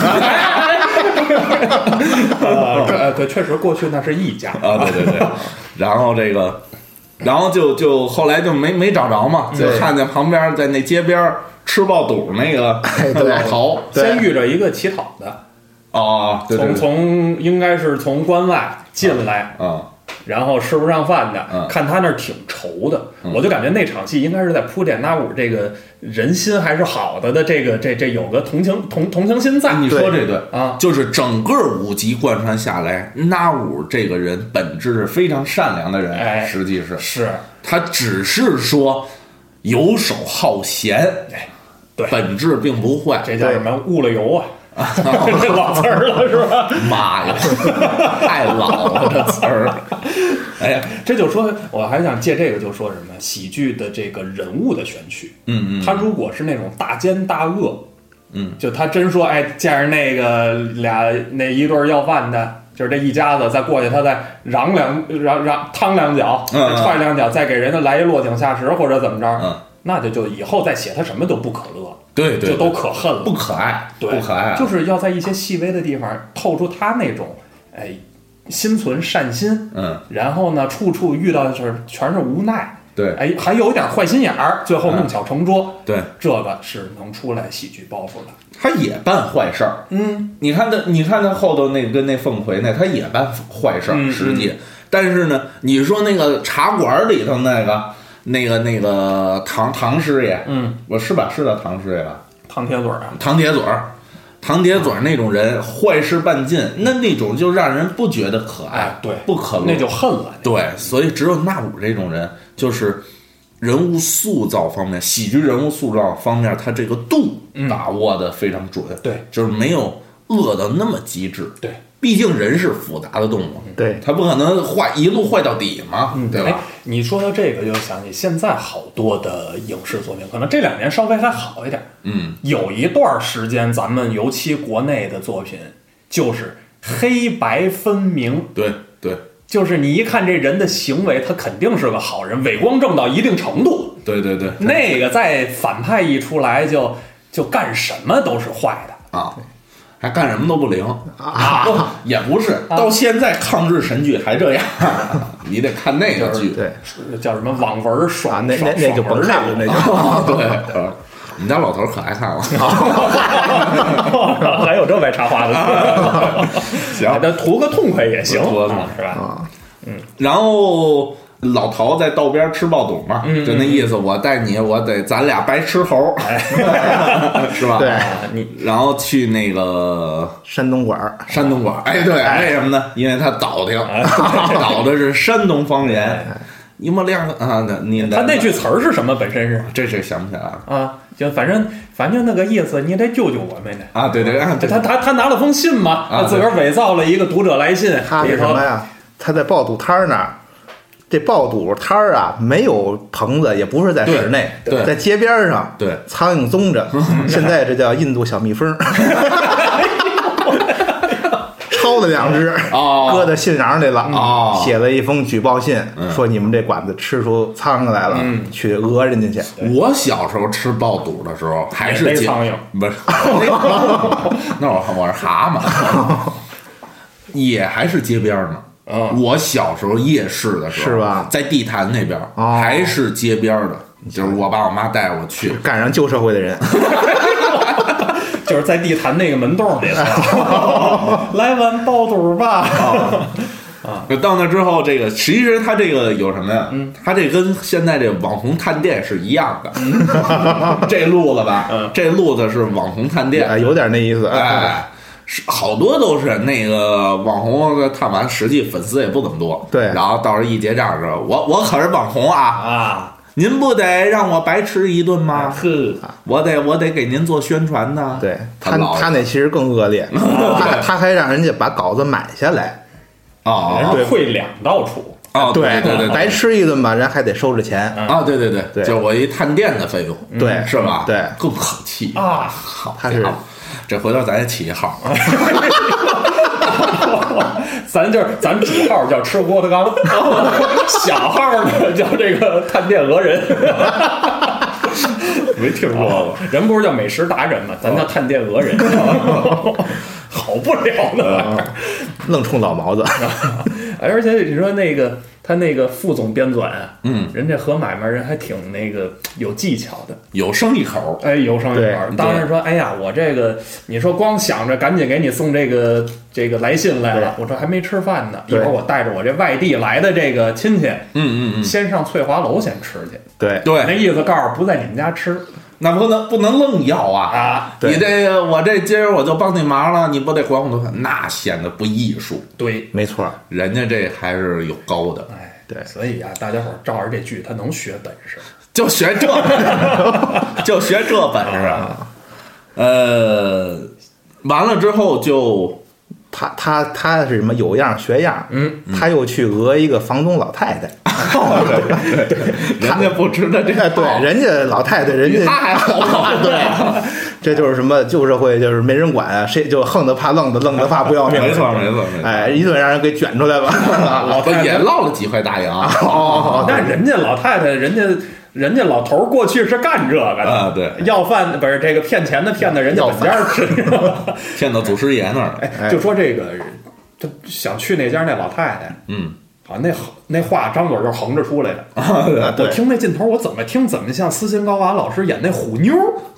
对，确实过去那是一家啊，对，然后这个，然后就后来就没找着嘛，就看见旁边在那街边吃爆肚那个老头， 先遇着一个乞讨的，从应该是从关外进来然后吃不上饭的，看他那儿挺愁的，我就感觉那场戏应该是在铺垫纳武这个人心还是好的这有个同情心在。 你说这对啊， 就是整个5集贯穿下来，纳武这个人本质是非常善良的人，实际是他只是说游手好闲， 对， 本质并不坏。 这叫什么？误了油啊！这老词儿了是吧？ 妈呀，太老了这词儿！ 哎呀，这就说，我还想借这个就说什么喜剧的这个人物的选取。他如果是那种大奸大恶，就他真说，哎，见着那个那一对要饭的，就是这一家子，再过去他再嚷趟两脚，踹两脚，再给人家来一落井下石或者怎么着，那就以后再写他什么都不可乐。 对， 就都可恨了， 不可爱， 对， 不可爱， 就是要在一些细微的地方透出他那种，心存善心，然后呢，处处遇到的是全是无奈， 对， 还有一点坏心眼儿，最后弄巧成拙， 对， 这个是能出来喜剧包袱的。 他也办坏事儿，你看他后头那跟那凤葵那，他也办坏事儿，实际，但是呢，你说那个茶馆里头那个唐师爷，我是吧？是叫唐师爷吧？ 唐铁嘴儿啊， 唐铁嘴儿那种人，坏事半尽，那种就让人不觉得可爱， 对， 不可乐， 那就恨了。 对，所以只有纳武这种人，就是人物塑造方面，喜剧人物塑造方面，他这个度把握的非常准， 对， 就是没有恶到那么极致， 对。 毕竟人是复杂的动物， 对， 他不可能一路坏到底嘛，对吧？ 你说到这个，就想起现在好多的影视作品，可能这2年稍微还好一点。有一段时间，咱们尤其国内的作品就是黑白分明， 对， 就是你一看这人的行为，他肯定是个好人，伪光正到一定程度。 对， 那个在反派一出来就干什么都是坏的啊。还干什么都不灵也不是，到现在抗日神剧还这样，你得看那个剧， 对， 叫什么网文爽， 那就甭看了，那就对。我们家老头可爱看了， 还有这外插话的， 行， 那图个痛快也行，是吧？ 然后。老陶在道边吃爆肚嘛，就那意思，我带你，咱俩白吃猴，是吧？ 对， 然后去那个山东馆， 哎，对，为什么呢？因为他倒腾，倒的是山东方言。你们两个啊， 他那句词儿是什么？本身是这想不起来了啊，就反正那个意思，你得救救我们呢啊！对， 他拿了封信嘛，他自个儿伪造了一个读者来信， 他是什么呀？他在爆肚摊儿那儿。这爆肚摊儿啊，没有棚子，也不是在室内，在街边上， 对， 苍蝇踪着。现在这叫印度小蜜蜂，抄了2只，搁在信瓤里了，写了一封举报信，说你们这馆子吃出苍蝇来了，去讹人家去。 我小时候吃爆肚的时候，还是苍蝇， 不是，那我是蛤蟆，也还是街边呢。我小时候夜市的时候是吧，在地坛那边，还是街边的，就是我爸我妈带我去， 赶上旧社会的人， 就是在地坛那个门洞里来碗爆肚吧。 啊。 到那之后，这个其实他这个有什么呀？他这跟现在这网红探店是一样的，这路子吧，这路子是网红探店， 有点那意思， 哎。是好多都是那个网红看完，实际粉丝也不怎么多。 对， 然后到时候一结账说：“我可是网红啊！您不得让我白吃一顿吗？我得给您做宣传呢。” 对，他那其实更恶劣，他还让人家把稿子买下来啊，人家会两道出。 哦，对， 白吃一顿吧，人还得收着钱啊！对，就我一探店的费用， 对， 是吧？ 对， 更可气啊！ 他是。 这回头咱也起一号， 咱主号叫吃郭德纲，小号呢叫这个探店讹人， 没听说过。 人不是叫美食达人吗？咱叫探店讹人，好不了呢， 愣冲老毛子。 而且你说那个他那个副总编纂，人家合买卖人还挺那个有技巧的， 有生意口， 哎，有生意口。当时说，哎呀，我这个你说光想着赶紧给你送这个来信来了，我这还没吃饭呢，一会儿我带着我这外地来的这个亲戚，先上翠华楼先吃去， 对， 那意思告诉不在你们家吃。 那不能愣要啊！你这个我这今儿我就帮你忙了，你不得管我多饭？那显得不艺术。 对， 没错， 人家这还是有高的。 哎，对，所以啊，大家伙照着这剧，他能学本事， 就学这，就学这本事。完了之后就他是什么有样学样，他又去讹一个房东老太太。 对，人家不知道这个， 对，人家老太太，人家他还好， 对，这就是什么旧社会，就是没人管啊，谁就横得怕愣的，愣得怕不要命。 没错， 哎，一顿让人给卷出来了， 老太太也落了几块大洋。 那人家老太太，人家老头过去是干这个的啊，对， 要饭不是这个骗钱的骗到人家本家吃， 骗到祖师爷那儿。 哎，就说这个，他想去那家那老太太，啊，那话张嘴就横着出来的。我听那劲头，我怎么像斯琴高娃老师演那虎妞，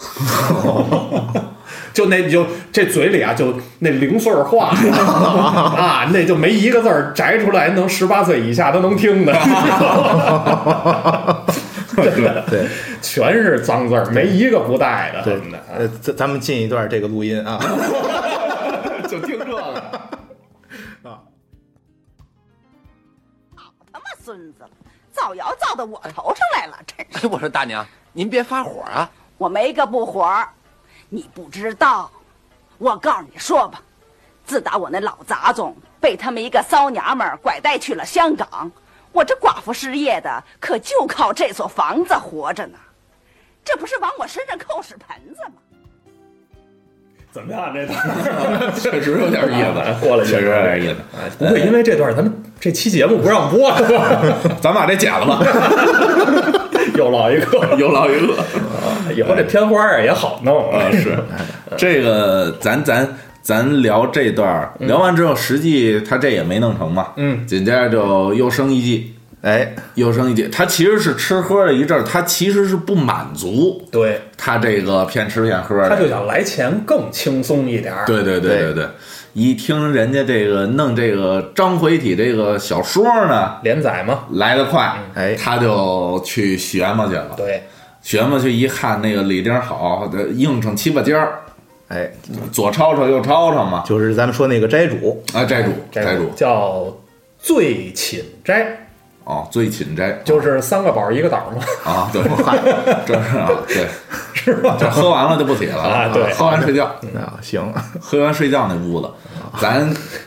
就这嘴里啊，就那零碎话啊，那就没一个字儿摘出来能18岁以下都能听的。 对， 全是脏字儿，没一个不带的。 对的，咱们进一段这个录音啊， 就听这个。 孙子了，造谣造到我头上来了，真是！ 我说大娘，您别发火啊！ 我没个不火，你不知道。我告诉你说吧，自打我那老杂种被他们一个骚娘们拐带去了香港，我这寡妇失业的可就靠这所房子活着呢，这不是往我身上扣屎盆子吗？ 怎么样？这段确实有点意思， 过了确实有点意思。 不会因为这段咱们这期节目不让播了吧？ 咱把这剪了吧。 又落一个， 又落一个。 以后这片花啊也好弄啊。 是这个，咱聊这段，聊完之后，实际他这也没弄成嘛。紧接着就又生一季。 哎， 又生一季，他其实是吃喝了一阵儿，他其实是不满足， 对他这个骗吃骗喝的， 他就想来钱更轻松一点。 对，一听人家这个弄这个章回体这个小说呢， 连载嘛来得快，他就去学嘛去了。 对， 学嘛去一看那个李丁好，应承7、8家， 哎， 左抄抄右抄抄嘛， 就是咱们说那个斋主啊，斋主叫醉寝斋。 哦，醉寝斋就是3个宝1个岛嘛。 啊，对，这是啊，对， 是吧？ 就喝完了就不起了啊，对， 喝完睡觉啊，行， 喝完睡觉那屋子，咱，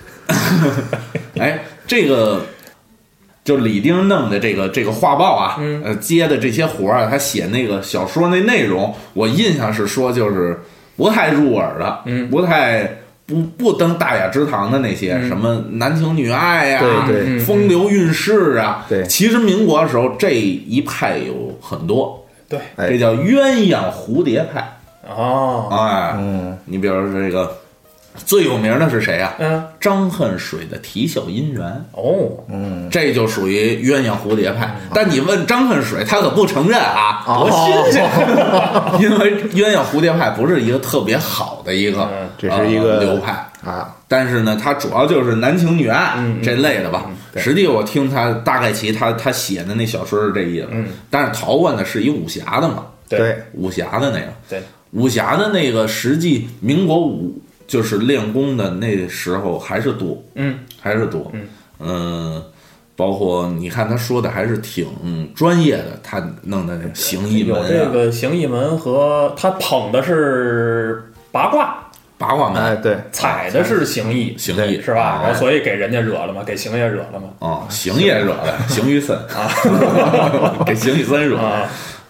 哎，这个就李丁弄的这个画报啊，接的这些活啊，他写那个小说那内容，我印象是说就是不太入耳的，不太。不登大雅之堂的那些什么男情女爱呀、 对， 风流韵事啊， 对， 其实民国的时候这一派有很多， 对， 这叫鸳鸯蝴蝶派哦， 哎，你比如说这个最有名的是谁啊？张恨水的啼笑姻缘。这就属于鸳鸯蝴蝶派。但你问张恨水，他可不承认啊，多新鲜！因为鸳鸯蝴蝶派不是一个特别好的一个， 这是一个流派啊。但是呢，它主要就是男情女爱这类的吧。实际我听他大概其他写的那小说是这意思。但是陶官呢是一武侠的嘛， 对， 武侠的那个， 对， 武侠的那个，实际民国就是练功的那时候还是多，还是多，包括你看他说的还是挺专业的，他弄的那个形意门， 有这个形意门和他捧的是八卦门， 对， 踩的是形意是吧？然后所以给人家惹了嘛，给形爷惹了嘛， 形爷惹了，形于森啊，给形于森惹了，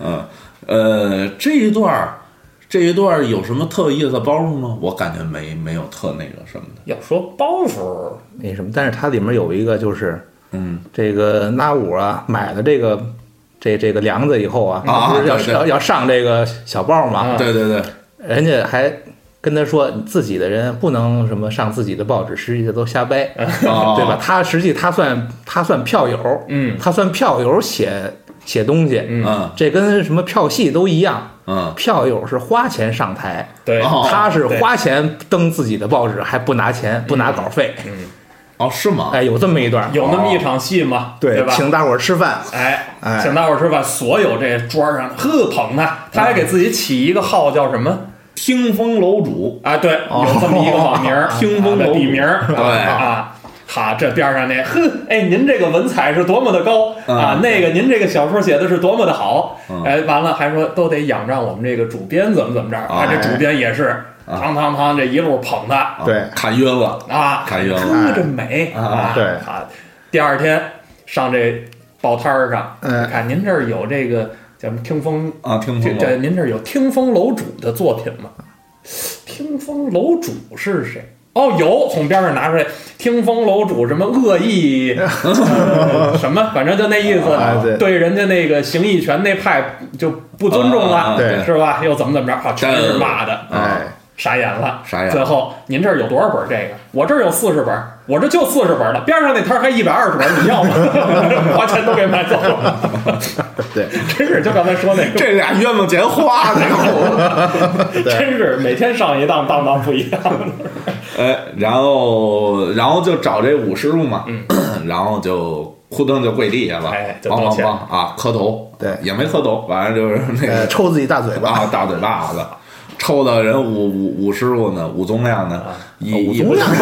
这一段有什么特意的包袱吗？我感觉没有特那个什么的。 要说包袱那什么，但是它里面有一个就是，这个那武啊买了这个梁子以后啊，不是要上这个小报嘛？ 对对对， 人家还跟他说，自己的人不能什么上自己的报纸，实际都瞎掰，对吧？他实际他算票友，他算票友写东西，这跟什么票戏都一样。票友是花钱上台， 对， 他是花钱登自己的报纸，还不拿钱，不拿稿费。 是吗？ 哎，有这么一段， 有那么一场戏嘛，对吧？ 请大伙儿吃饭， 请大伙儿吃饭，所有这桌上捧他还给自己起一个号叫什么？ 听风楼主啊，对，有这么一个网名， 听风楼笔名， 对啊。好，这边上那，您这个文采是多么的高啊！那个您这个小说写的是多么的好，完了还说都得仰仗我们这个主编怎么着啊！这主编也是堂这一路捧他， 对， 看晕了啊， 看晕了， 这美啊！ 对啊，第二天上这报摊上，看您这儿有这个叫听风啊，听风， 这您这儿有听风楼主的作品吗？听风楼主是谁？有从边上拿出来，听风楼主什么恶意什么，反正就那意思，对人家那个形意拳那派就不尊重了，是吧？又怎么着？全是骂的，傻眼了。最后您这儿有多少本？这个我这儿有40本，我这就40本了。边上那摊还120本，你要吗？花钱都给买走了。 对， 真是就刚才说那个， 这俩冤枉钱花的， 真是每天上一当不一样。 然后就找这武师傅嘛，然后就扑腾就跪地下了，梆啊，磕头， 对， 也没磕头，反正就是那个抽自己大嘴巴啊，大嘴巴子，抽到人武师傅呢，武宗亮呢， 武宗亮，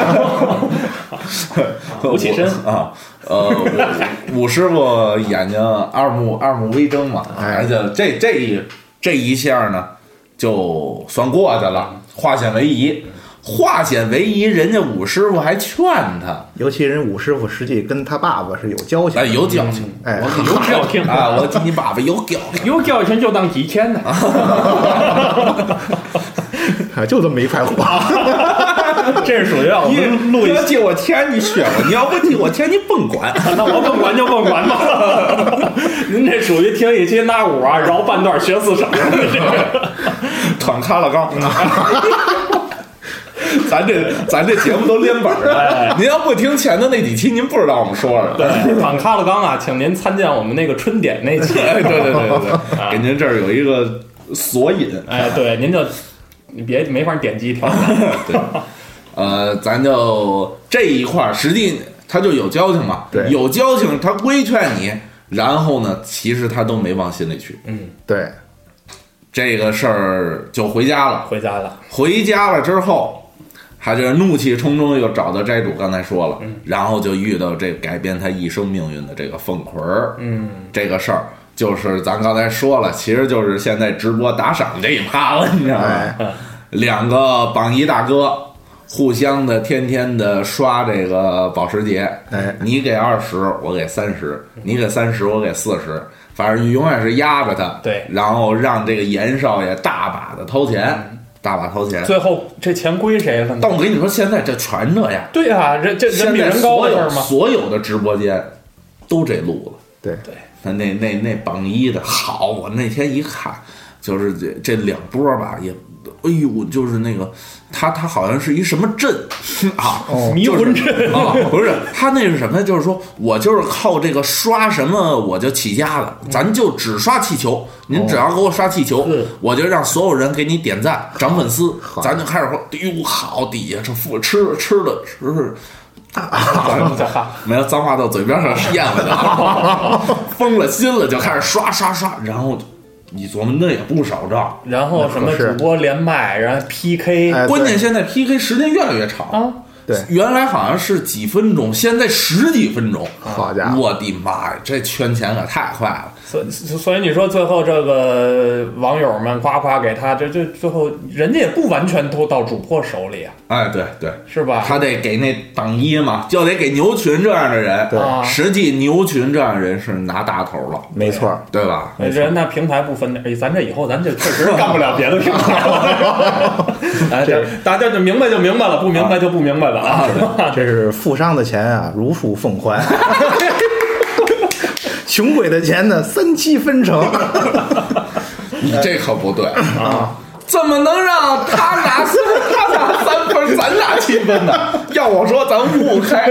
武起身啊，武师傅眼睛二目微睁嘛，这一下呢，就算过去了，化险为夷。人家武师傅还劝他， 尤其人武师傅实际跟他爸爸是有交情， 有交情， 有交情啊！我你爸爸有交情， 有交情就当几千呢， 就这么一块话。 这是属于我们录你要借我钱你学我，你要不借我钱你甭管， 那我甭管就甭管吧。您这属于听一期拿五啊，饶半段学4省， 团卡了杠。咱这节目都连本儿，您要不听前头那几期，您不知道我们说什么。 对，反卡了刚啊，请您参见我们那个春点那期。 对，给您这儿有一个索引。 对，您没法点击调。 对，咱就这一块实际他就有交情嘛， 对， 有交情，他规劝你，然后呢，其实他都没往心里去。 对， 这个事儿就回家了。回家了之后。他这怒气冲冲又找到斋主，刚才说了，然后就遇到这改变他一生命运的这个凤葵儿，这个事儿就是咱刚才说了，其实就是现在直播打赏这一趴了，你知道吗？两个榜一大哥互相的天天的刷这个保时捷，你给20，我给30，你给30，我给40，反正永远是压着他， 对， 然后让这个严少爷大把的掏钱。 最后这钱归谁了呢？ 但我跟你说，现在这全这样。 对啊，这人比人高的事儿吗？ 所有的直播间都这路了。 对， 那榜一的好，我那天一看，就是这2波吧，也哎呦，就是那个他好像是一什么阵啊， 迷魂阵啊，不是他那是什么？就是说我就是靠这个刷什么我就起家的，咱就只刷气球，您只要给我刷气球，我就让所有人给你点赞涨粉丝，咱就开始说，哟，好底下这吃的。没有脏话到嘴边上咽回去了，疯了心了，就开始刷，然后你琢磨那也不少账， 然后什么主播连麦，然后 PK， 关键现在 PK 时间越来越长啊。 对， 原来好像是几分钟，现在10几分钟。 好家伙， 我的妈呀，这圈钱可太快了。 所以你说最后这个网友们夸给他，这最后人家也不完全都到主播手里啊。 哎，对， 是吧？ 他得给那榜一嘛，就得给牛群这样的人。 对， 实际牛群这样的人是拿大头了， 没错， 对吧？ 人那平台不分，咱这以后咱就确实干不了别的平台了。哎，大家就明白就明白了，不明白就不明白了啊。 这是富商的钱啊，如数奉还。穷鬼的钱呢，3期分成。 你这可不对啊！怎么能让他拿3分，咱拿7分呢？要我说，咱5开。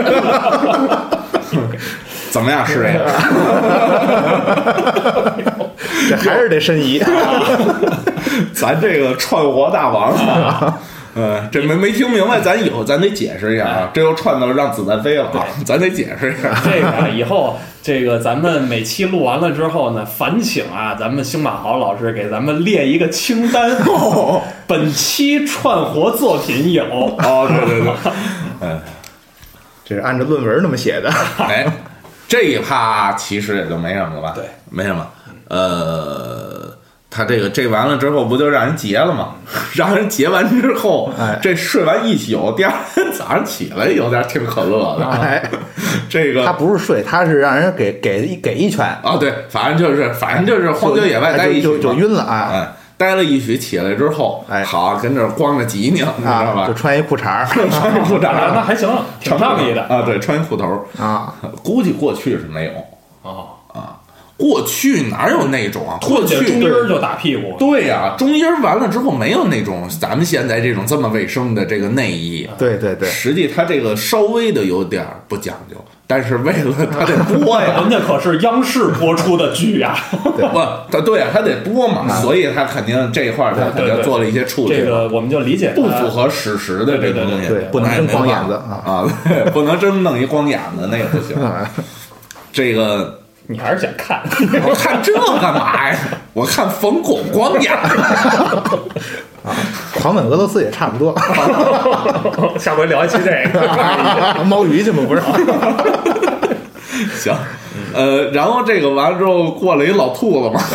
怎么样，师爷？ 这还是得申遗。 咱这个串活大王。这没听明白，咱以后咱得解释一下啊！这又串到让子弹飞了啊！咱得解释一下。 这个以后，这个咱们每期录完了之后呢，烦请啊，咱们星马豪老师给咱们列一个清单。本期串活作品有对， 这是按照论文那么写的。 哎，这一趴其实也就没什么了吧？ 对， 没什么。他这完了之后不就让人结了吗？让人结完之后，这睡完一宿，第二天早上起来有点挺可乐的。 哎， 这个他不是睡，他是让人给一拳啊。对，反正就是荒郊野外待一宿就晕了啊。 哎，待了一宿，起来之后，好跟这光着脊梁，你知道吧？ 就穿一裤衩， 那还行，挺仗义的啊。对，穿一裤头啊。 估计过去是没有过去哪有那种啊？过去中音就打屁股。 对呀，中音完了之后没有那种咱们现在这种这么卫生的这个内衣。 对， 实际它这个稍微的有点不讲究，但是为了它得播呀， 人家可是央视播出的剧呀。 对呀，它得播嘛，所以它肯定这一块它肯定做了一些处理。 这个我们就理解不符合史实的这个东西， 对，不能真光眼子啊，不能真弄一光眼子，那也不行。这个。 你还是想看？ 我看这干嘛呀？我看冯巩光眼狂吻俄罗斯也差不多。 下回聊一期这个猫鱼去吗？不是。 行，然后这个完了之后过了一老兔子嘛，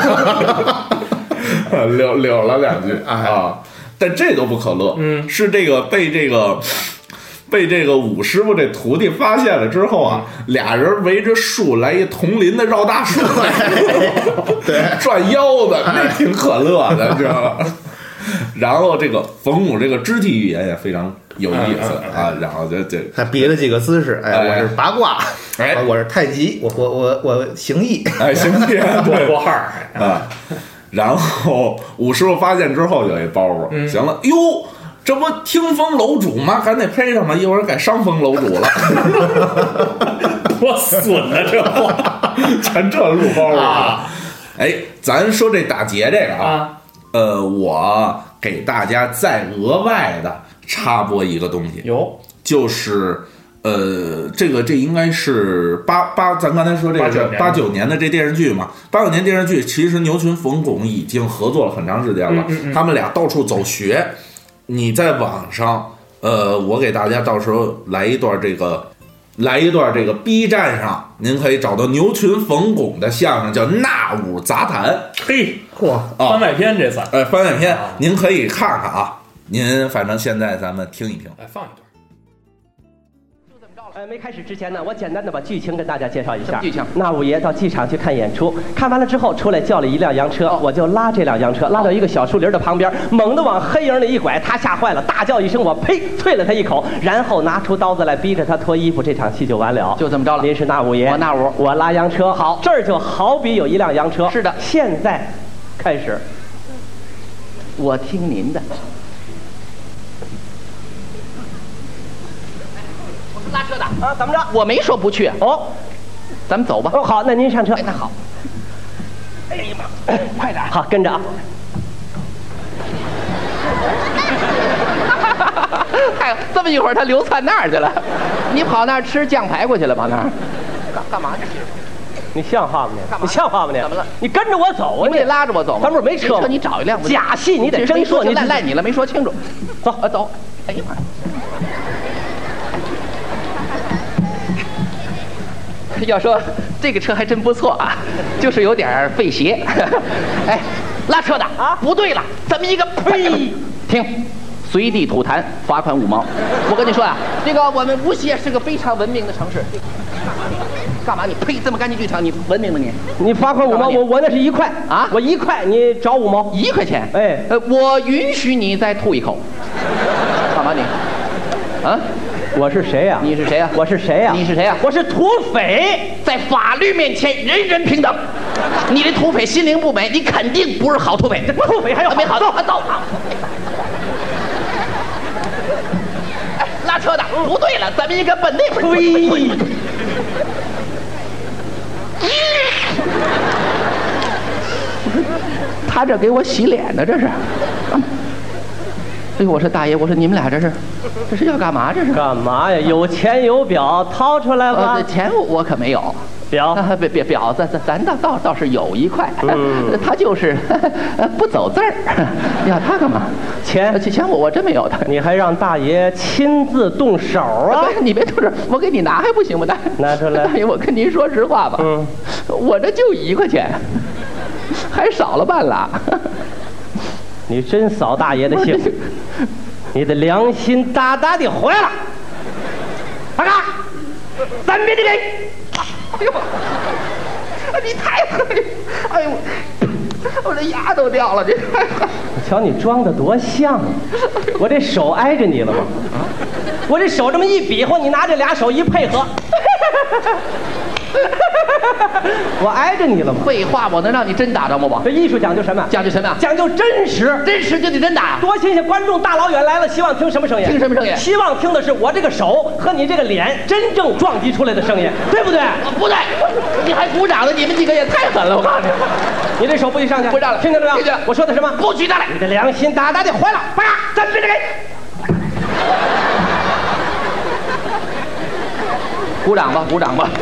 溜了2句啊，但这都不可乐，是这个被这个武师傅这徒弟发现了之后啊，俩人围着树来一铜林的绕大树，对，转腰子，那挺可乐的，知道吧？然后这个冯巩这个肢体语言也非常有意思啊，然后这他比了几个姿势，我是八卦，我是太极，我形意， 形意， 对，过号啊。然后武师傅发现之后有一包袱，行了，哟。这不听风楼主吗？赶紧配上吧，一会儿改伤风楼主了。 多损啊！这话， 咱这入包啊！哎，咱说这打劫这个啊，我给大家再额外的插播一个东西，就是这应该是咱刚才说这个89年的这电视剧嘛，89年电视剧其实牛群冯巩已经合作了很长时间了，他们俩到处走学。你在网上，我给大家到时候来一段这个 B 站上，您可以找到牛群冯巩的相声，叫《那武杂谈》。 嘿，嚯，番外篇这算？ 番外篇，您可以看看啊。您反正现在咱们听一听， 放一段。 没开始之前呢，我简单的把剧情跟大家介绍一下。剧情：那五爷到剧场去看演出，看完了之后出来叫了一辆洋车，我就拉这辆洋车，拉到一个小树林的旁边，猛地往黑影里一拐，他吓坏了，大叫一声，我呸，啐了他一口，然后拿出刀子来逼着他脱衣服，这场戏就完了。 就这么着了。 您是那五爷， 我那五， 我拉洋车。 好， 这儿就好比有一辆洋车。 是的， 现在开始。 我听您的。我是拉车的啊，怎么着？我没说不去哦，咱们走吧。哦，好，那您上车。哎，那好。哎呀妈，快点！好，跟着啊。哎，这么一会儿他流窜那儿去了，你跑那儿吃酱排过去了，跑那儿干嘛去？你像话吗你？你像话吗你？怎么了？你跟着我走啊！你得拉着我走吗？咱不是没车吗？你找一辆假戏，你得真说，你赖你了，没说清楚。走，走。哎呀妈！要说这个车还真不错啊，就是有点费鞋。哎，拉车的啊，不对了，这么一个呸！停。随地吐痰，罚款5毛。我跟你说啊，这个我们无锡是个非常文明的城市。干嘛你呸这么干净剧场？你文明吗你？你罚款5毛，我那是1块啊，我1块，你找5毛，1块钱。哎，我允许你再吐一口。干嘛你？啊？我是谁呀？你是谁呀？我是谁呀？你是谁呀？我是土匪，在法律面前人人平等。你这土匪心灵不美，你肯定不是好土匪。这土匪还有没好？走，走。拉车的不对了，咱们应该奔那边推。他这给我洗脸呢，这是。哎呦，我说大爷，我说你们俩这是要干嘛？这是干嘛呀？有钱有表，掏出来吧。钱我可没有。表别表，咱倒是有1块，他就是不走字儿。要他干嘛？钱我真没有的。你还让大爷亲自动手啊？你别动手，我给你拿还不行吗？拿出来。大爷，我跟您说实话吧，我这就1块钱，还少了半拉。你真扫大爷的兴，你的良心大大的坏了。大哥，3边这边。哎呦，你太狠了！哎呦，我这牙都掉了！这，瞧你装的多像啊！我这手挨着你了吗？我这手这么一比划，你拿这俩手一配合，我挨着你了吗？废话，我能让你真打着吗？我这艺术讲究什么？讲究什么？讲究真实，真实就得真打。多新鲜！观众大老远来了，希望听什么声音？听什么声音？希望听的是我这个手和你这个脸真正撞击出来的声音，对不对？不对，你还鼓掌了，你们几个也太狠了！我告诉你，你这手不许上去，不让了，听见了没有？听见。我说的什么？不许上来！你的良心大大的坏了！啪！咱别这个。鼓掌吧，鼓掌吧！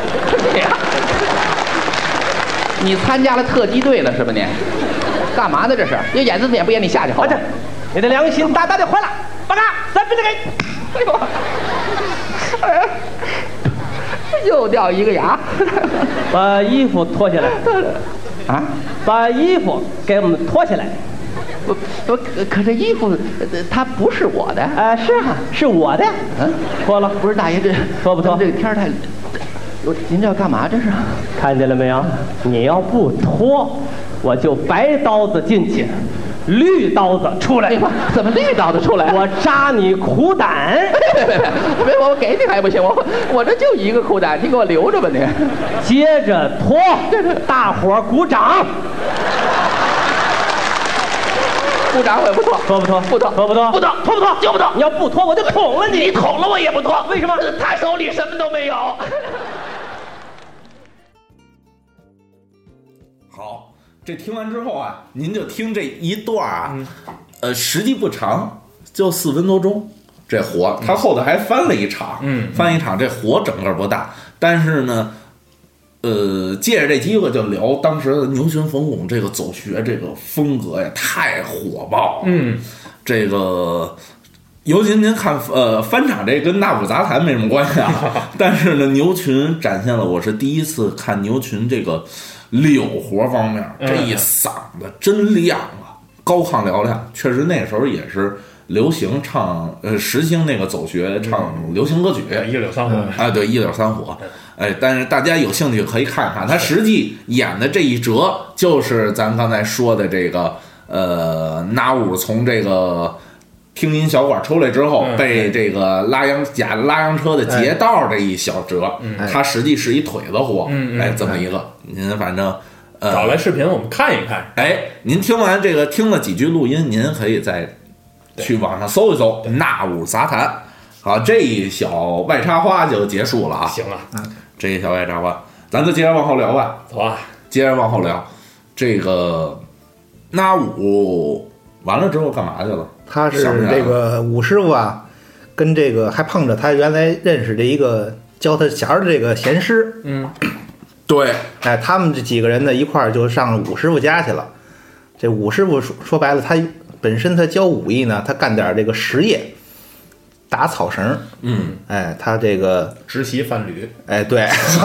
你参加了特级队了是吧？你干嘛呢？这是有眼子眼不眼？你下去好。这，你的良心大大的坏了！八嘎，咱别这个！哎呦，哎呀，又掉一个牙！把衣服脱下来。啊！把衣服给我们脱下来。可这衣服它不是我的啊，是啊，是我的。脱了，不是大爷，这脱不脱？这个天太，您这要干嘛？这是看见了没有？你要不脱，我就白刀子进去，绿刀子出来。怎么绿刀子出来？我扎你裤裆。别，我给你还不行？我这就1个裤裆，你给我留着吧你。接着脱，大伙儿鼓掌。鼓掌我也不脱，脱不脱？不脱，脱不脱？不脱，脱不脱？就不脱。你要不脱，我就捅了你。你捅了我也不脱，为什么？他手里什么都没有。 好，这听完之后啊，您就听这一段啊，实际不长，就4分多钟。这活他后头还翻了一场，翻一场，这活整个不大，但是呢。借着这机会就聊当时的牛群冯巩这个走学这个风格呀，太火爆了。这个尤其您看翻场这跟大鼓杂谈没什么关系啊，但是呢，牛群展现了我是第一次看牛群这个柳活方面，这一嗓子真亮啊，高亢嘹亮，确实那时候也是。流行唱时兴那个走学唱流行歌曲，一柳三火啊，对，一柳三火，哎，但是大家有兴趣可以看看，他实际演的这一折就是咱刚才说的这个拿五从这个听音小馆出来之后，被这个拉洋车的劫道这一小折，他实际是一腿子活，哎，这么一个，您反正找来视频我们看一看。 您听完这个听了几句录音，您可以再去网上搜一搜那吾杂谈。好，这一小外插花就结束了啊。 行了， 这一小外插花，咱就接着往后聊吧。 走啊， 接着往后聊。这个那吾完了之后干嘛去了？ 他是这个武师傅啊，跟这个还碰着他原来认识的一个教他弦的这个弦师。 对， 他们这几个人呢一块儿就上武师傅家去了。这武师傅说白了，他本身他教武艺呢，他干点这个实业，打草绳。他这个织席贩履。 对，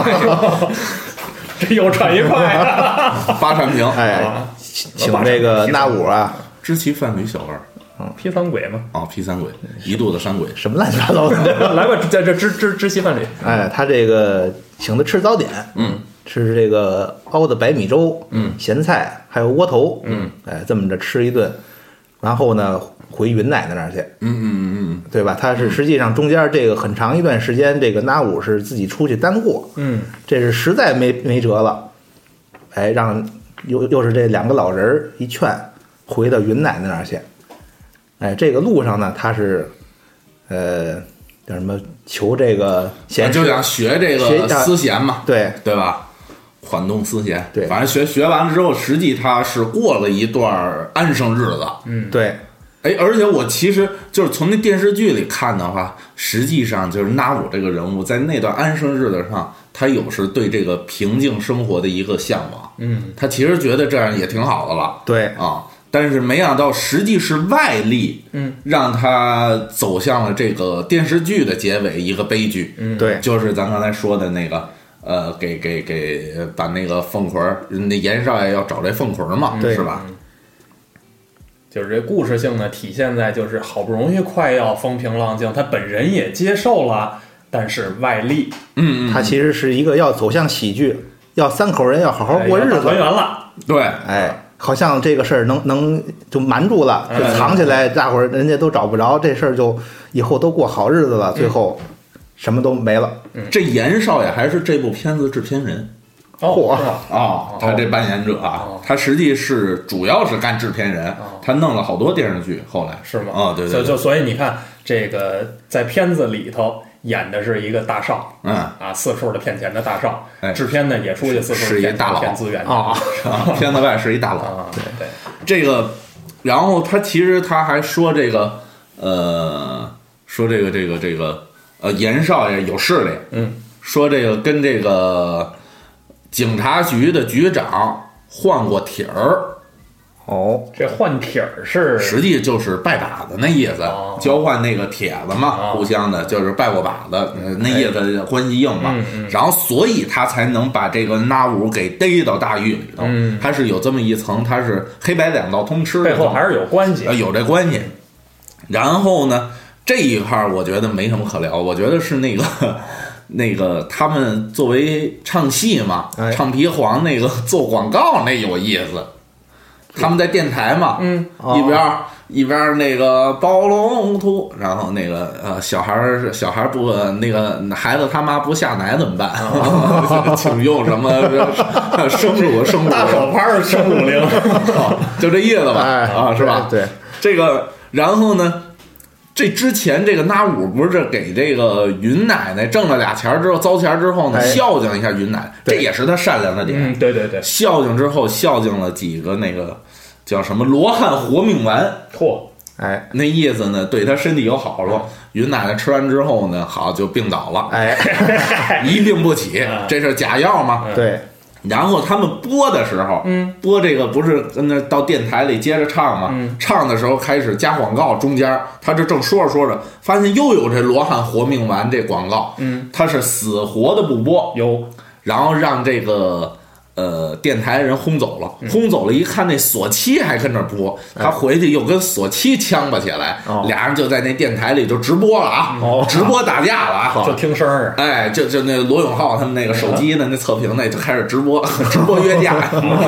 这又传一块啊！ 八扇屏。 请这个那吾啊， 织旗贩履小二。 劈三鬼嘛。 劈三鬼，一肚子山鬼， 什么乱七八糟的。 来吧，在这织席贩履。 他这个请他吃早点。吃这个熬的白米粥，咸菜，还有窝头，这么着吃一顿，然后呢回云奶奶那儿去，对吧？他是实际上中间这个很长一段时间，这个那吾是自己出去单过，这是实在没辙了，让又是这两个老人一劝，回到云奶奶那儿去，这个路上呢，他是叫什么求这个弦， 就想学这个丝弦嘛，对吧？缓动丝弦， 对， 反正学完了之后，实际他是过了一段安生日子。 对。 而且我其实就是从那电视剧里看的话，实际上就是那吾这个人物在那段安生日子上，他有是对这个平静生活的一个向往。他其实觉得这样也挺好的了。 对啊，但是没想到实际是外力，让他走向了这个电视剧的结尾一个悲剧。 对， 就是咱刚才说的那个。给把那个凤葵，那严少爷要找这凤葵嘛，是吧？ 就是这故事性呢，体现在就是好不容易快要风平浪静，他本人也接受了，但是外力， 他其实是一个要走向喜剧，要三口人要好好过日子， 团圆了。 对， 好像这个事儿能就瞒住了，就藏起来，大伙儿人家都找不着，这事儿就以后都过好日子了，最后。什么都没了。 这严少爷还是这部片子制片人。他这扮演者啊，他实际是主要是干制片人，他弄了好多电视剧。后来是吗？ 对。 所以你看，这个在片子里头演的是一个大少，四处的骗钱的大少。制片呢也出去四处骗资源片子外是一大佬。 对， 这个，然后他其实他还说这个，说这个。严少爷有势力，说这个跟这个警察局的局长换过帖儿。 这换帖儿是实际就是拜把子那意思，交换那个帖子嘛，互相的就是拜过把子，那意思关系硬嘛。然后所以他才能把这个那吾给逮到大狱里头，他是有这么一层，他是黑白两道通吃， 背后还是有关系， 有这关系。然后呢？这一块我觉得没什么可聊，我觉得是那个他们作为唱戏嘛，唱皮黄那个做广告那有意思。他们在电台嘛，一边那个包龙图，然后那个小孩不那个孩子他妈不下奶怎么办？请用什么生乳大手牌生乳灵， 就这意思吧，是吧？ 对， 这个然后呢？这之前这个那吾不是给这个云奶奶挣了俩钱之后糟钱之后呢，孝敬一下云奶奶，这也是他善良的点。 对， 孝敬之后孝敬了几个那个叫什么罗汉活命丸，那意思呢对他身体有好处。云奶奶吃完之后呢，好就病倒了，一病不起，这是假药吗？ 对。 然后他们播的时候，播这个不是跟那到电台里接着唱吗？唱的时候开始加广告，中间他这正说着，发现又有这罗汉活命丸这广告，他是死活的不播，然后让这个电台人轰走了，一看那锁七还跟那播，他回去又跟锁七呛吧起来，俩人就在那电台里就直播了啊，直播打架了啊， 就听声儿， 就那罗永浩他们那个手机的那测评那就开始直播约架，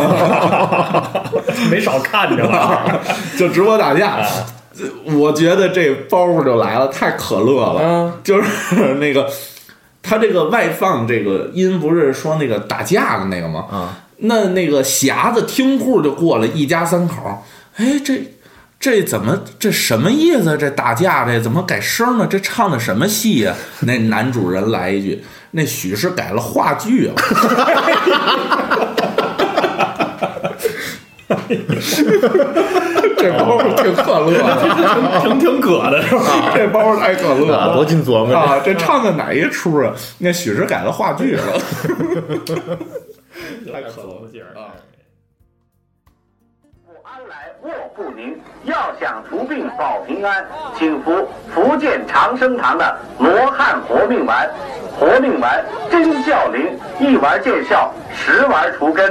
没少看着吧， 就直播打架。我觉得这包袱就来了，太可乐了，就是那个。他这个外放这个音不是说那个打架的那个吗？ 那个匣子听户就过来，一家3口，哎，这怎么这什么意思？这打架这怎么改声呢？这唱的什么戏呀？那男主人来一句：“那许是改了话剧了。”这包挺可乐的， 挺可的是吧？ 这包太可乐了， 多金琢磨啊！这唱的哪一出啊？那许是改了话剧了， 太可乐了劲儿啊！ 安来卧不宁，要想除病保平安，请服福建长生堂的罗汉活命丸。活命丸真效灵，1丸见效，10丸除根。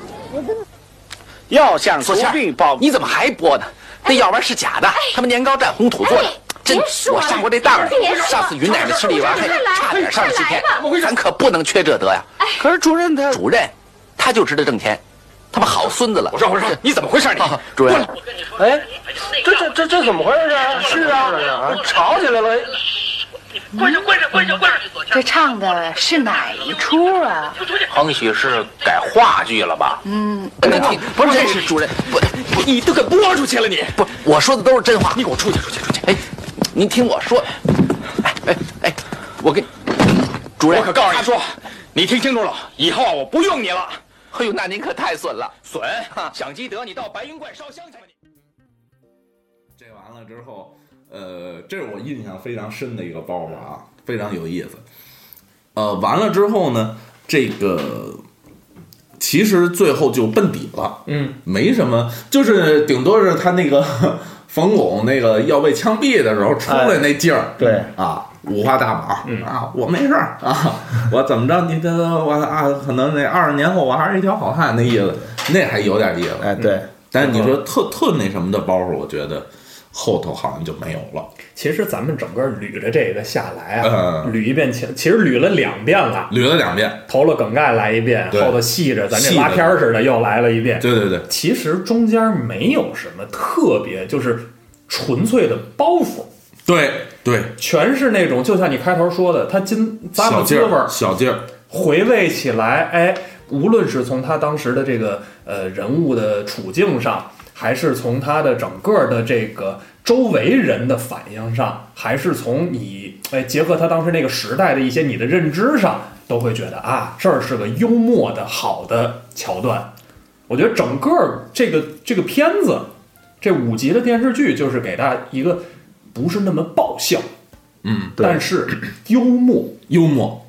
要想除病保，你怎么还播呢？那药丸是假的，他们年糕蘸红土做的。真，我上过这当儿，上次云奶奶吃了1丸，还差点上了7天，咱可不能缺这德呀。可是主任他就知道挣钱。他们好孙子了！我说，你怎么回事？你主任， 哎，这怎么回事啊？是啊，吵起来了！ 关上！ 这唱的是哪一出啊？ 或许是改话剧了吧？不是，这是主任，不，你都给播出去了，你不，我说的都是真话。你给我出去！哎，您听我说，哎，我跟主任， 我可告诉你，他说，你听清楚了，以后我不用你了。 哎呦，那您可太损了！ 损！想积德，你到白云观烧香去吧你。 这完了之后，这是我印象非常深的一个包袱啊，非常有意思。完了之后呢，这个其实最后就奔底了，没什么，就是顶多是他那个冯巩那个要被枪毙的时候出来那劲儿， 对啊。五花大绑啊！我没事儿啊，我怎么着？你我啊，可能那20年后我还是一条好汉那意思，那还有点意思。 哎，对。 但是你说特那什么的包袱，我觉得后头好像就没有了。 其实咱们整个捋着这个下来啊，捋一遍，其实捋了2遍了， 捋了2遍， 头了梗概来一遍，后头细着咱这拉片似的又来了一遍。 对。 其实中间没有什么特别，就是纯粹的包袱。 对， 全是那种，就像你开头说的，他咂巴滋味儿， 小劲儿， 回味起来，哎，无论是从他当时的这个人物的处境上，还是从他的整个的这个周围人的反应上，还是从你结合他当时那个时代的一些你的认知上，都会觉得啊，这是个幽默的好的桥段。我觉得整个这个片子，这5集的电视剧，就是给大家一个。不是那么爆笑，但是幽默幽默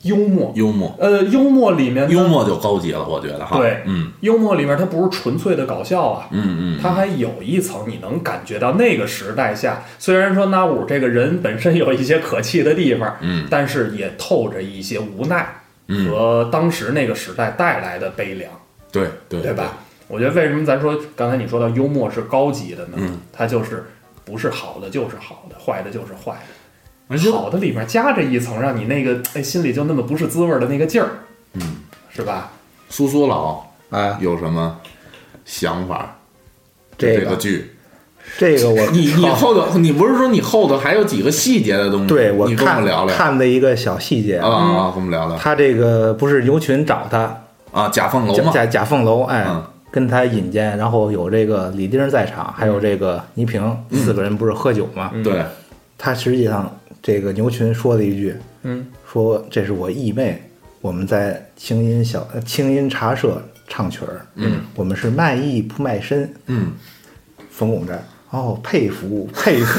里面幽默就高级了，我觉得哈。 对，幽默里面它不是纯粹的搞笑啊，它还有一层你能感觉到那个时代下，虽然说那武这个人本身有一些可气的地方，但是也透着一些无奈和当时那个时代带来的悲凉，对吧？我觉得为什么咱说刚才你说到幽默是高级的呢？它就是不是好的就是好的，坏的就是坏的。好的里面夹着一层，让你那个心里就那么不是滋味的那个劲儿，是吧？ 苏老有什么想法？这个剧， 这个我你后头你不是说你后头还有几个细节的东西？ 对，我你跟我聊聊看的一个小细节啊，跟我们聊聊。 他这个不是牛群找他啊，贾凤楼嘛， 贾凤楼跟他引荐，然后有这个李丁在场，还有这个倪萍，4个人不是喝酒吗？ 对， 他实际上这个牛群说了一句，说这是我义妹，我们在清音茶社唱曲儿，我们是卖艺不卖身，冯巩这佩服，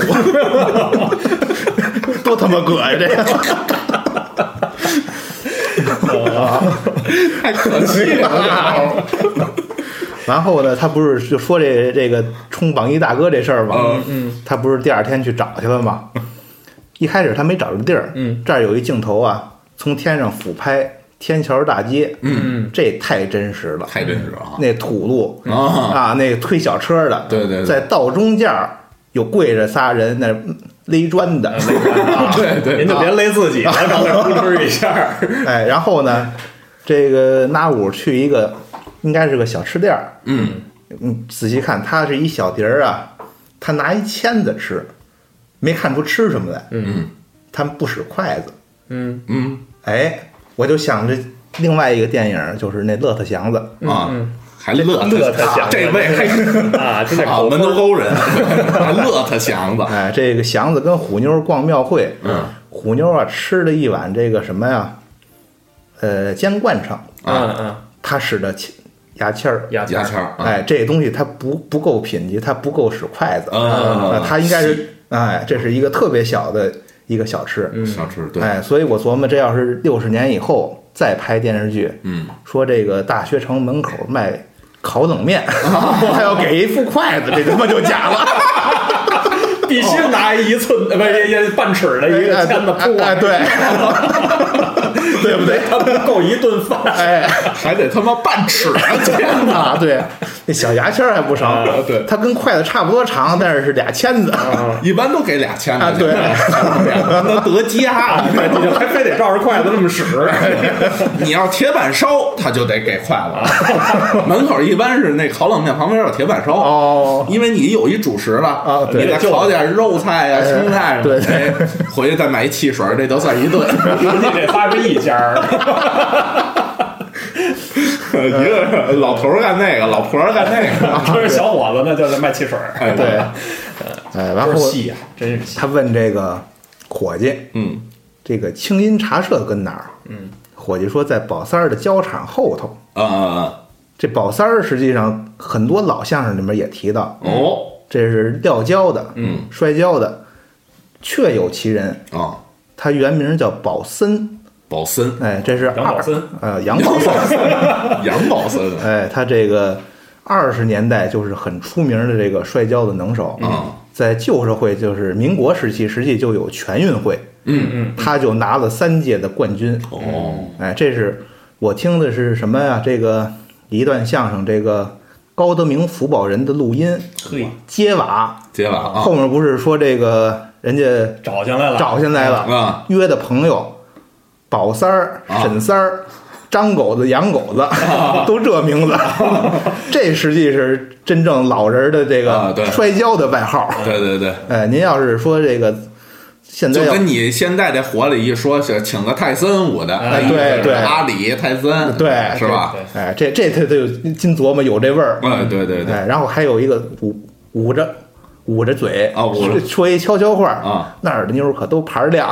多他妈葛呀这个。 太可气了！ 然后呢，他不是就说这个冲榜一大哥这事儿吗？他不是第2天去找去了吗？一开始他没找着地儿，这儿有一镜头啊，从天上俯拍天桥大街，这太真实了， 太真实了。 那土路那个推小车的， 对， 在道中间有跪着仨人那勒砖的， 对， 您就别勒自己了，让他呼哧一下。 然后呢，这个那武去一个应该是个小吃店儿，仔细看，他是一小碟儿啊，他拿一签子吃，没看出吃什么来，他不使筷子，我就想着另外一个电影就是那乐特祥子啊，还乐特祥，这位啊，这啊门头沟人，还乐特祥子。 哎，这个祥子跟虎妞逛庙会，虎妞啊吃了一碗这个什么呀，煎灌肠，他使的牙签儿，哎，这东西它不够品级，它不够使筷子，它应该是，哎，这是一个特别小的一个小吃， 对， 哎，所以我琢磨，这要是60年以后再拍电视剧，说这个大学城门口卖烤冷面，还要给一副筷子，这他妈就假了。 必须拿1寸不是半尺的一个签子铺， 哎，对，对不对？ 他不够一顿饭， 哎， 还得他妈半尺的签子啊！对，那小牙签还不成， 对， 它跟筷子差不多长，但是俩签子， 一般都给俩签子， 对， 那得家， 你就还非得照着筷子那么使。 你要铁板烧，他就得给筷子。门口一般是那烤冷面旁边有铁板烧， 哦， 因为你有一主食了啊， 你得烤点肉菜呀、青菜什么的，回去再买一汽水，这都算一顿。 你得发是一家一个老头干那个，老婆干那个， 这是小伙子，那就是卖汽水。 哎，对，哎，然后细啊，真是细。 他问这个伙计，这个清音茶社跟哪儿？伙计说在宝三儿的胶厂后头。这宝三儿实际上很多老相声里面也提到，这是撂跤的，摔跤的，确有其人啊。 他原名叫宝森。 宝森， 哎，这是杨宝森， 杨宝森， 杨宝森， 哎，他这个20年代就是很出名的这个摔跤的能手，在旧社会就是民国时期，实际就有全运会，他就拿了3届的冠军，哎，这是我听的是什么呀？这个一段相声，这个高德明福宝人的录音，揭瓦，后面不是说这个人家找进来了， 约的朋友。宝三儿、沈三儿、张狗子、杨狗子，都这名字，这实际是真正老人的这个摔跤的外号。 对， 哎，您要是说这个现在就跟你现在这火里一说，是请个泰森舞的， 对， 阿里泰森， 对， 是吧？ 哎，这他就金琢磨有这味儿。 对， 哎，然后还有一个捂着嘴说一悄悄话啊， 那儿的妞可都牌亮。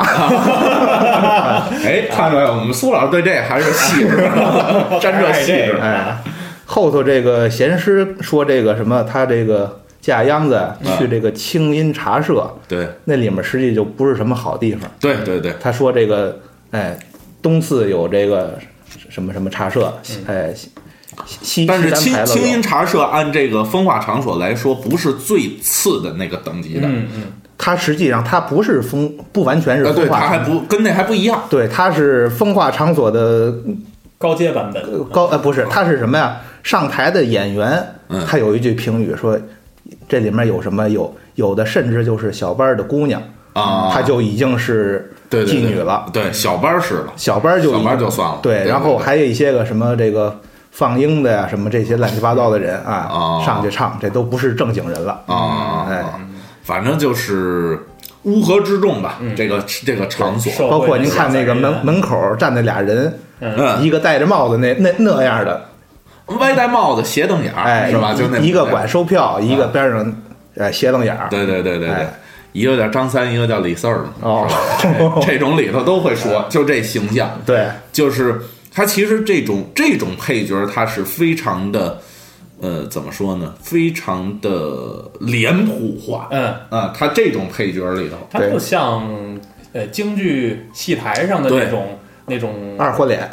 哎，看出来我们苏老师对这还是细致，沾这细致。 哎，后头这个贤师说这个什么，他这个架秧子去这个清音茶社， 对， 那里面实际就不是什么好地方。 对， 他说这个，哎，东四有这个什么什么茶社，哎。 但是清音茶社按这个风化场所来说，不是最次的那个等级的。 它实际上它不是不完全是风化， 它还不跟那还不一样。 对，它是风化场所的高阶版本。 不是，它是什么呀？上台的演员，他有一句评语说，这里面有什么有的甚至就是小班的姑娘啊， 她就已经是妓女了。 对，小班是了， 小班就算了。 对，然后还有一些个什么这个。放鹰的呀，什么这些乱七八糟的人啊，上去唱，这都不是正经人了啊！哎，反正就是乌合之众吧。这个场所， 包括您看那个门口站的俩人，一个戴着帽子那样的， 歪戴帽子斜瞪眼， 哎， 是吧？就那一个管收票，一个边上斜瞪眼。 对，一个叫张三，一个叫李四儿嘛。这种里头都会说，就这形象。 对， 就是。他其实这种配角，他是非常的，怎么说呢？非常的脸谱化。他这种配角里头， 他就像京剧戏台上的那种二货脸。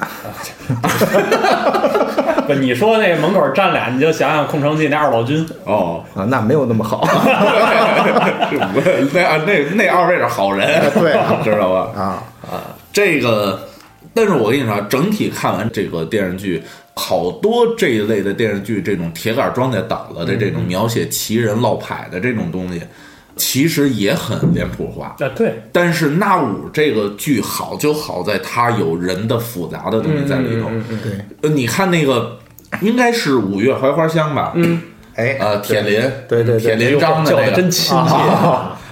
不，你说那门口站俩，你就想想空城计那二老君。 那没有那么好。 那二位是好人， 对， 知道吧？这个。但是我跟你说，整体看完这个电视剧，好多这一类的电视剧，这种铁杆装在倒了的这种描写奇人落牌的这种东西，其实也很脸谱化。 对。 但是那武这个剧好就好在它有人的复杂的东西在里头。 对。 你看那个，应该是5月槐花香吧？ 哎， 铁林， 对， 铁林章的那个， 真亲切。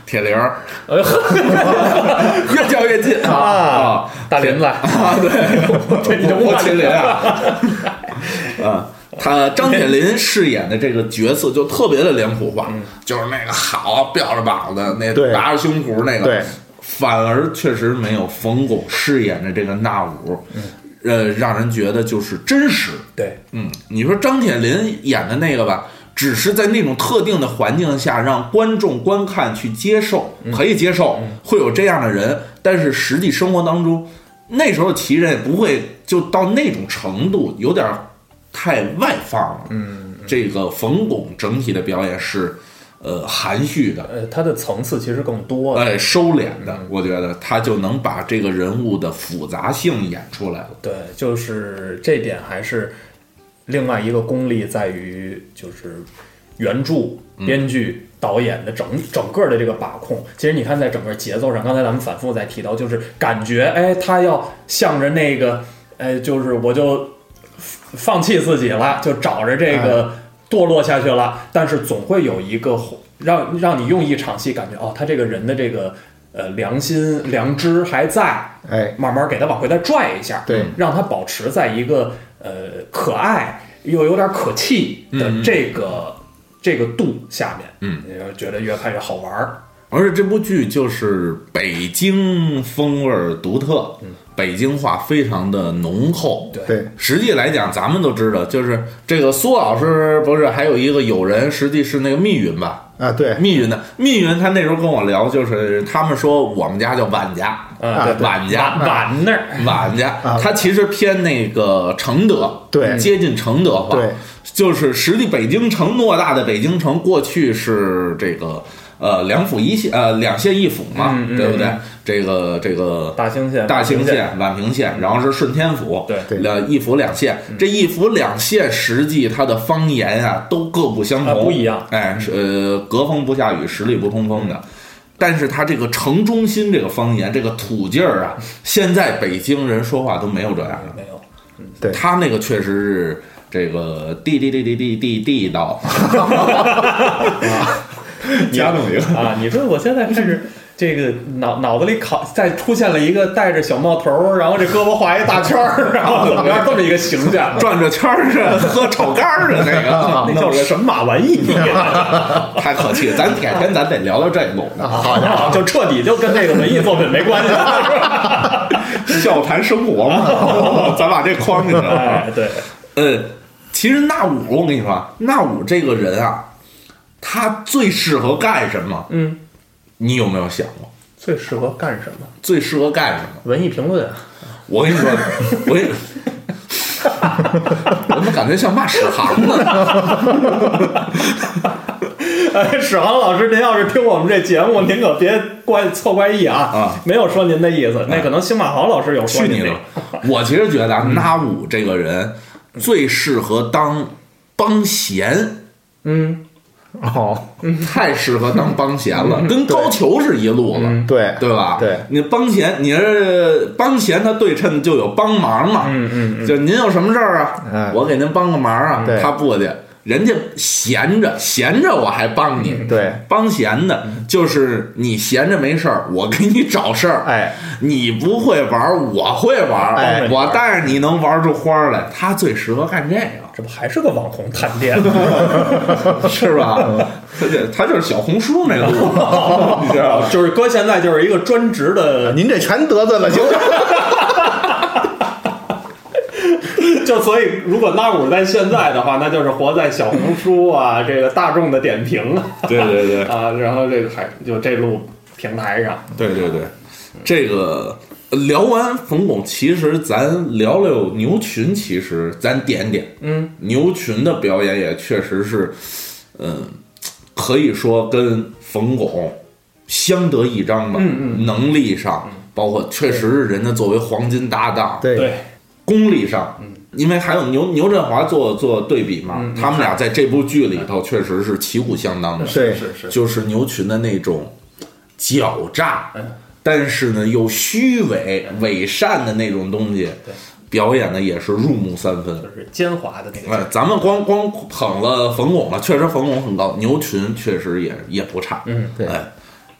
铁铃儿，越叫越近啊！ 大林子啊，对，这你就不麒麟啊！他张铁林饰演的这个角色就特别的脸谱化，就是那个好吊着膀子，那打着胸脯那个， 对， 反而确实没有冯巩饰演的这个纳武。让人觉得就是真实。 对， 你说张铁林演的那个吧，只是在那种特定的环境下让观众观看去接受，可以接受会有这样的人，但是实际生活当中，那时候奇人也不会就到那种程度，有点太外放了。这个冯巩整体的表演是含蓄的， 他的层次其实更多， 收敛的，我觉得他就能把这个人物的复杂性演出来了。 对，就是这点还是另外一个功力在于，就是原著、编剧、导演的整个的这个把控。其实你看，在整个节奏上，刚才咱们反复在提到，就是感觉，他要向着那个，就是我就放弃自己了，就找着这个。堕落下去了，但是总会有一个让你用一场戏感觉他这个人的这个良心良知还在，慢慢给他往回再拽一下， 对， 让他保持在一个可爱又有点可气的这个度下面，觉得越看越好玩。 而且这部剧就是北京风味独特，北京话非常的浓厚。 对， 实际来讲，咱们都知道，就是这个苏老师不是还有一个友人，实际是那个密云吧？ 啊，对， 密云的密云，他那时候跟我聊，就是他们说我们家叫晚家，晚家，晚家，他其实偏那个承德， 对， 接近承德话， 对， 就是实际北京城偌大的北京城，过去是这个。两府一县，两县一府嘛，对不对？这个大兴县、 宛平县，然后是顺天府， 对， 一府两县。这一府两县实际它的方言啊都各不相同， 不一样。 隔风不下雨，十里不通风的。但是它这个城中心这个方言，这个土劲儿啊，现在北京人说话都没有这样的， 没有。 对， 他那个确实是这个地道。加弄一个啊！你说我现在开始这个脑子里再出现了一个戴着小帽头，然后这胳膊画一大圈儿，然后怎么样这么一个形象， 转着圈儿似的，喝炒肝儿的那个， 那叫神马玩意？ 太可气了！咱改天咱得聊聊这个， 好，就彻底就跟这个文艺作品没关系了， 笑谈生活嘛，咱把这框进去了。 对， 其实纳武，我跟你说，纳武这个人啊。他最适合干什么？你有没有想过？ 最适合干什么？ 最适合干什么？ 文艺评论。 我跟你说，我怎么感觉像骂史航呢？ 史航老师，您要是听我们这节目，您可别错怪意啊！没有说您的意思，那可能星马豪老师有说您的。 我其实觉得纳武这个人最适合当帮闲。太适合当帮闲了，跟高俅是一路了，对吧？ 对， 你帮闲，你是帮闲，他对称就有帮忙嘛，就您有什么事儿啊，我给您帮个忙啊，他不去，人家闲着我还帮你， 对， 帮闲的就是你闲着没事儿，我给你找事儿，你不会玩，我会玩，我带着你能玩出花来，他最适合干这个。 这不还是个网红探店是吧？他就是小红书那路，你知道吗？ 就是搁现在就是一个专职的， 您这全得罪了，行。 就所以，如果纳武在现在的话，那就是活在小红书啊，这个大众的点评啊， 对啊，然后这个还就这路平台上， 对，这个。聊完冯巩，其实咱聊聊牛群，其实咱点牛群的表演也确实是，可以说跟冯巩相得益彰吧。能力上，包括确实是人家作为黄金搭档， 对， 功力上，因为还有牛振华做对比嘛，他们俩在这部剧里头确实是旗鼓相当的， 是， 就是牛群的那种狡诈。但是呢，又虚伪伪善的那种东西，表演的也是入木三分， 就是奸猾的那个。 咱们光捧了冯巩了，确实冯巩很高，牛群确实也不差。 对，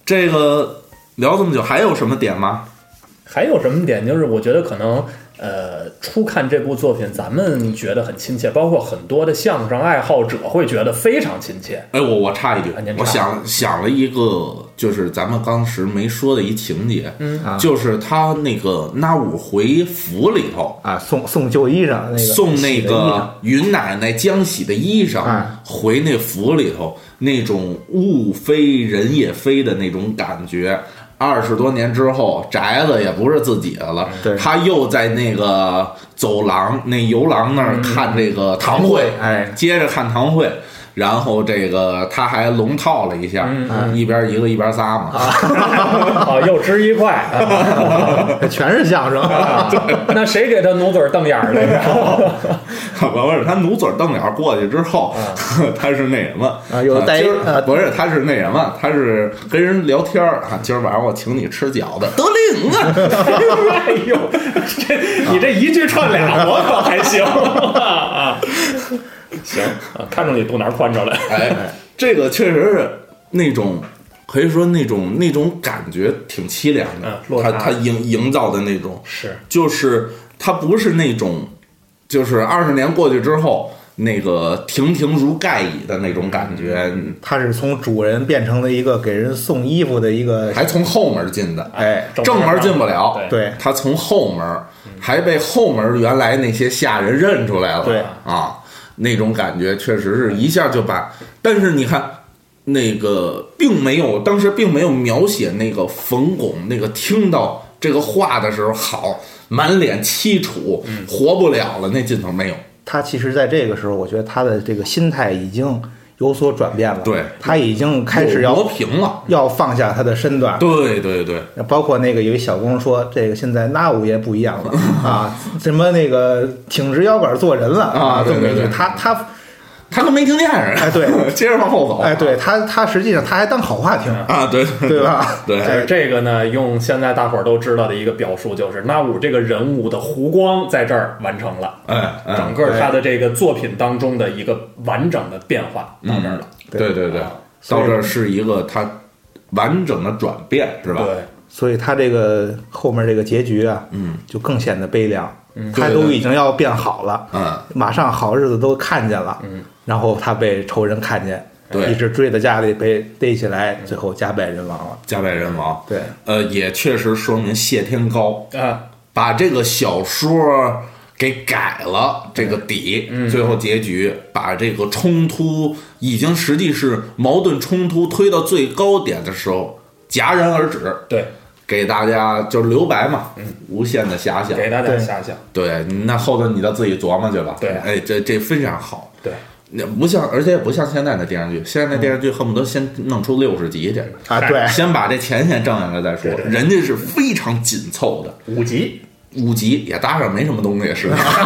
这个聊这么久，还有什么点吗？ 还有什么点？就是我觉得可能初看这部作品，咱们觉得很亲切，包括很多的相声爱好者会觉得非常亲切。 哎，我插一句，我想了一个，就是咱们当时没说的一情节，就是他那个那五回府里头啊，送旧衣裳，那个送那个云奶奶浆洗的衣裳，回那府里头那种物非人也非的那种感觉。20多年之后，宅子也不是自己的了，他又在那个走廊、那游廊那儿看这个堂会，接着看堂会。然后这个他还龙套了一下，一边一个一边仨嘛， 又吃一块， 全是相声。 那谁给他努嘴瞪眼来着？ 不是他努嘴瞪眼过去之后，他是那什么啊？有带不是他是那什么？他是跟人聊天啊。今儿晚上我请你吃饺子，得令啊！ 哎呦，你这一句串俩，我可还行啊。行啊，看着你肚腩宽着了。 哎，这个确实是那种，可以说那种感觉挺凄凉的。他营造的那种就是他不是那种，就是20年过去之后那个亭亭如盖矣的那种感觉。 他是从主人变成了一个给人送衣服的一个， 还从后门进的， 正门进不了。 对， 他从后门，还被后门原来那些下人认出来了。 对啊。那种感觉确实是一下就把，但是你看，那个当时并没有描写那个冯巩那个听到这个话的时候，好满脸凄楚，活不了了，那劲头没有。 他其实在这个时候，我觉得他的这个心态已经有所转变了， 对， 他已经开始要磨平了， 要放下他的身段。 对对对， 包括那个有一小工说，这个现在那五爷不一样了啊，什么那个挺直腰杆做人了啊，这么一句， 他都没听见似的， 哎，对， 接着往后走， 哎，对他实际上他还当好话听啊，对对吧？ 对， 这个呢，用现在大伙儿都知道的一个表述，就是那五这个人物的弧光在这儿完成了，整个他的这个作品当中的一个完整的变化到这儿了， 对对对，到这儿是一个他完整的转变，是吧？ 对， 所以他这个后面这个结局啊，就更显得悲凉。他都已经要变好了，马上好日子都看见了，然后他被仇人看见，一直追到家里被逮起来，最后家败人亡了。 家败人亡， 对， 也确实说明谢天高把这个小说给改了这个底，最后结局把这个冲突已经实际是矛盾冲突推到最高点的时候戛然而止， 对。 给大家就是留白嘛，无限的遐想， 给大家遐想。 对，那后头你就自己琢磨去吧。 对， 哎，这非常好。 对， 不像，而且也不像现在的电视剧，现在的电视剧恨不得先弄出60集去啊，对， 先把这前线正下来再说。人家是非常紧凑的 ，5 集也搭上没什么东西是。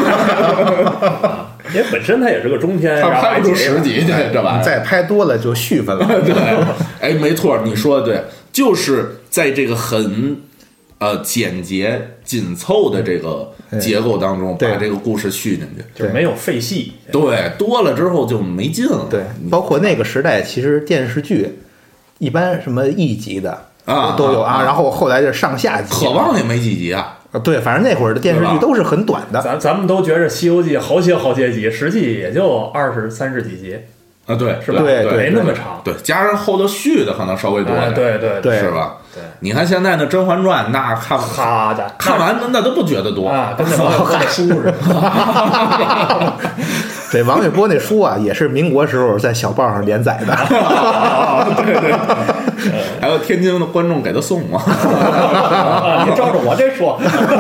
因为本身它也是个中篇， 它拍不出10集去，这玩意儿再拍多了就续分了。 对，哎，没错，你说的对，就是在这个很简洁紧凑的这个结构当中，把这个故事续进去， 就是没有废戏。 对，多了之后就没劲了。 对，包括那个时代，其实电视剧一般什么1集的都有啊，然后后来就上下集。 渴望也没几集啊。 对，反正那会儿的电视剧都是很短的。 咱们都觉着《西游记》好些集，实际也就20、30几集啊，对， 是吧？ 对， 没那么长。 对，加上后头续的可能稍微多点。 对， 是吧？ 对， 你看现在的《甄嬛传》，那看完那都不觉得多啊，跟那王小波的书似的。 对，王小波那书啊，也是民国时候在小报上连载的。 对，还有天津的观众给他送嘛。 你照着我这说。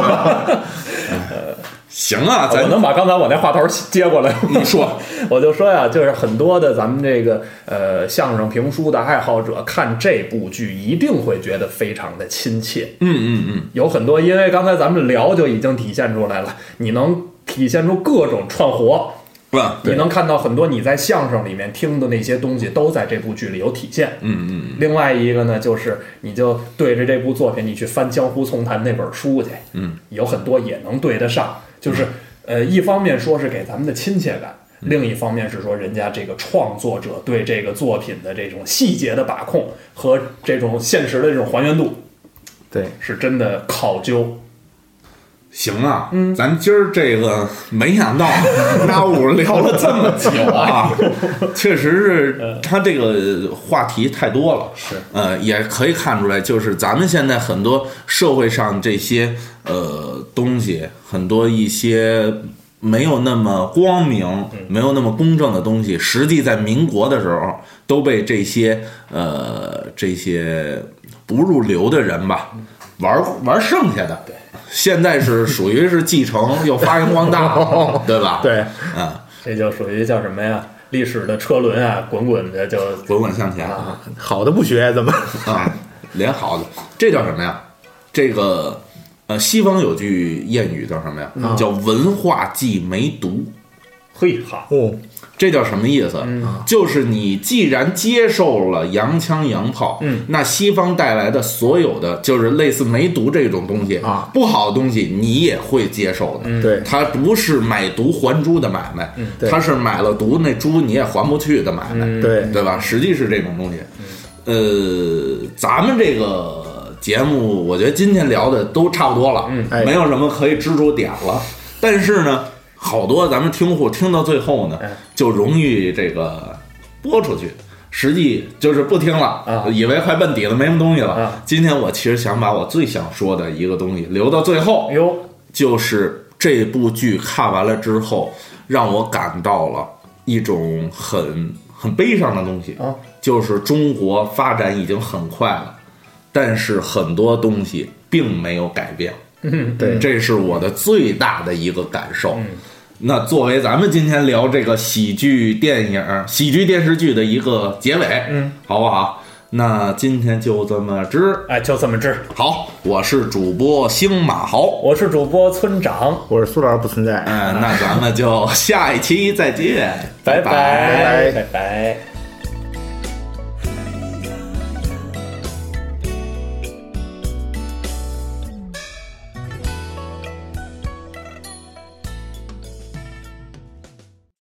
行啊， 我能把刚才我那话头接过来。 你说， 我就说呀，就是很多的咱们这个相声评书的爱好者看这部剧一定会觉得非常的亲切。有很多，因为刚才咱们聊就已经体现出来了，你能体现出各种串活。你能看到很多你在相声里面听的那些东西都在这部剧里有体现。另外一个呢，就是你就对着这部作品，你去翻《江湖丛谈》那本书去，有很多也能对得上。就是一方面说是给咱们的亲切感， 另一方面是说人家这个创作者对这个作品的这种细节的把控和这种现实的这种还原度， 对， 是真的考究。 行啊，咱今儿这个没想到那屋聊了这么久啊，确实是他这个话题太多了， 是也可以看出来，就是咱们现在很多社会上这些东西，很多一些没有那么光明、没有那么公正的东西，实际在民国的时候都被这些不入流的人吧玩剩下的。对。现在是属于是继承又发扬光大，对吧？ 对，这就属于叫什么呀？历史的车轮啊，滚滚的就滚滚向前啊！好的不学怎么啊？连好的，这叫什么呀？这个西方有句谚语叫什么呀？叫文化即梅毒。 嘿，好哦。 这叫什么意思？就是你既然接受了洋枪洋炮，那西方带来的所有的就是类似梅毒这种东西啊， 不好的东西你也会接受的。 对， 它不是买椟还珠的买卖，它是买了椟那珠你也还不去的买卖，对吧？实际是这种东西。咱们这个节目，我觉得今天聊的都差不多了，没有什么可以支出点了。但是呢，好多咱们听户听到最后呢，就容易这个播出去，实际就是不听了，以为快奔底了，没什么东西了。今天我其实想把我最想说的一个东西留到最后，就是这部剧看完了之后，让我感到了一种很悲伤的东西，就是中国发展已经很快了，但是很多东西并没有改变。 对， 这是我的最大的一个感受。那作为咱们今天聊这个喜剧电视剧的一个结尾，好不好？那今天就这么支， 就这么支。 好，我是主播星马豪， 我是主播村长， 我是苏老师不存在。 那咱们就下一期再见， 拜拜拜。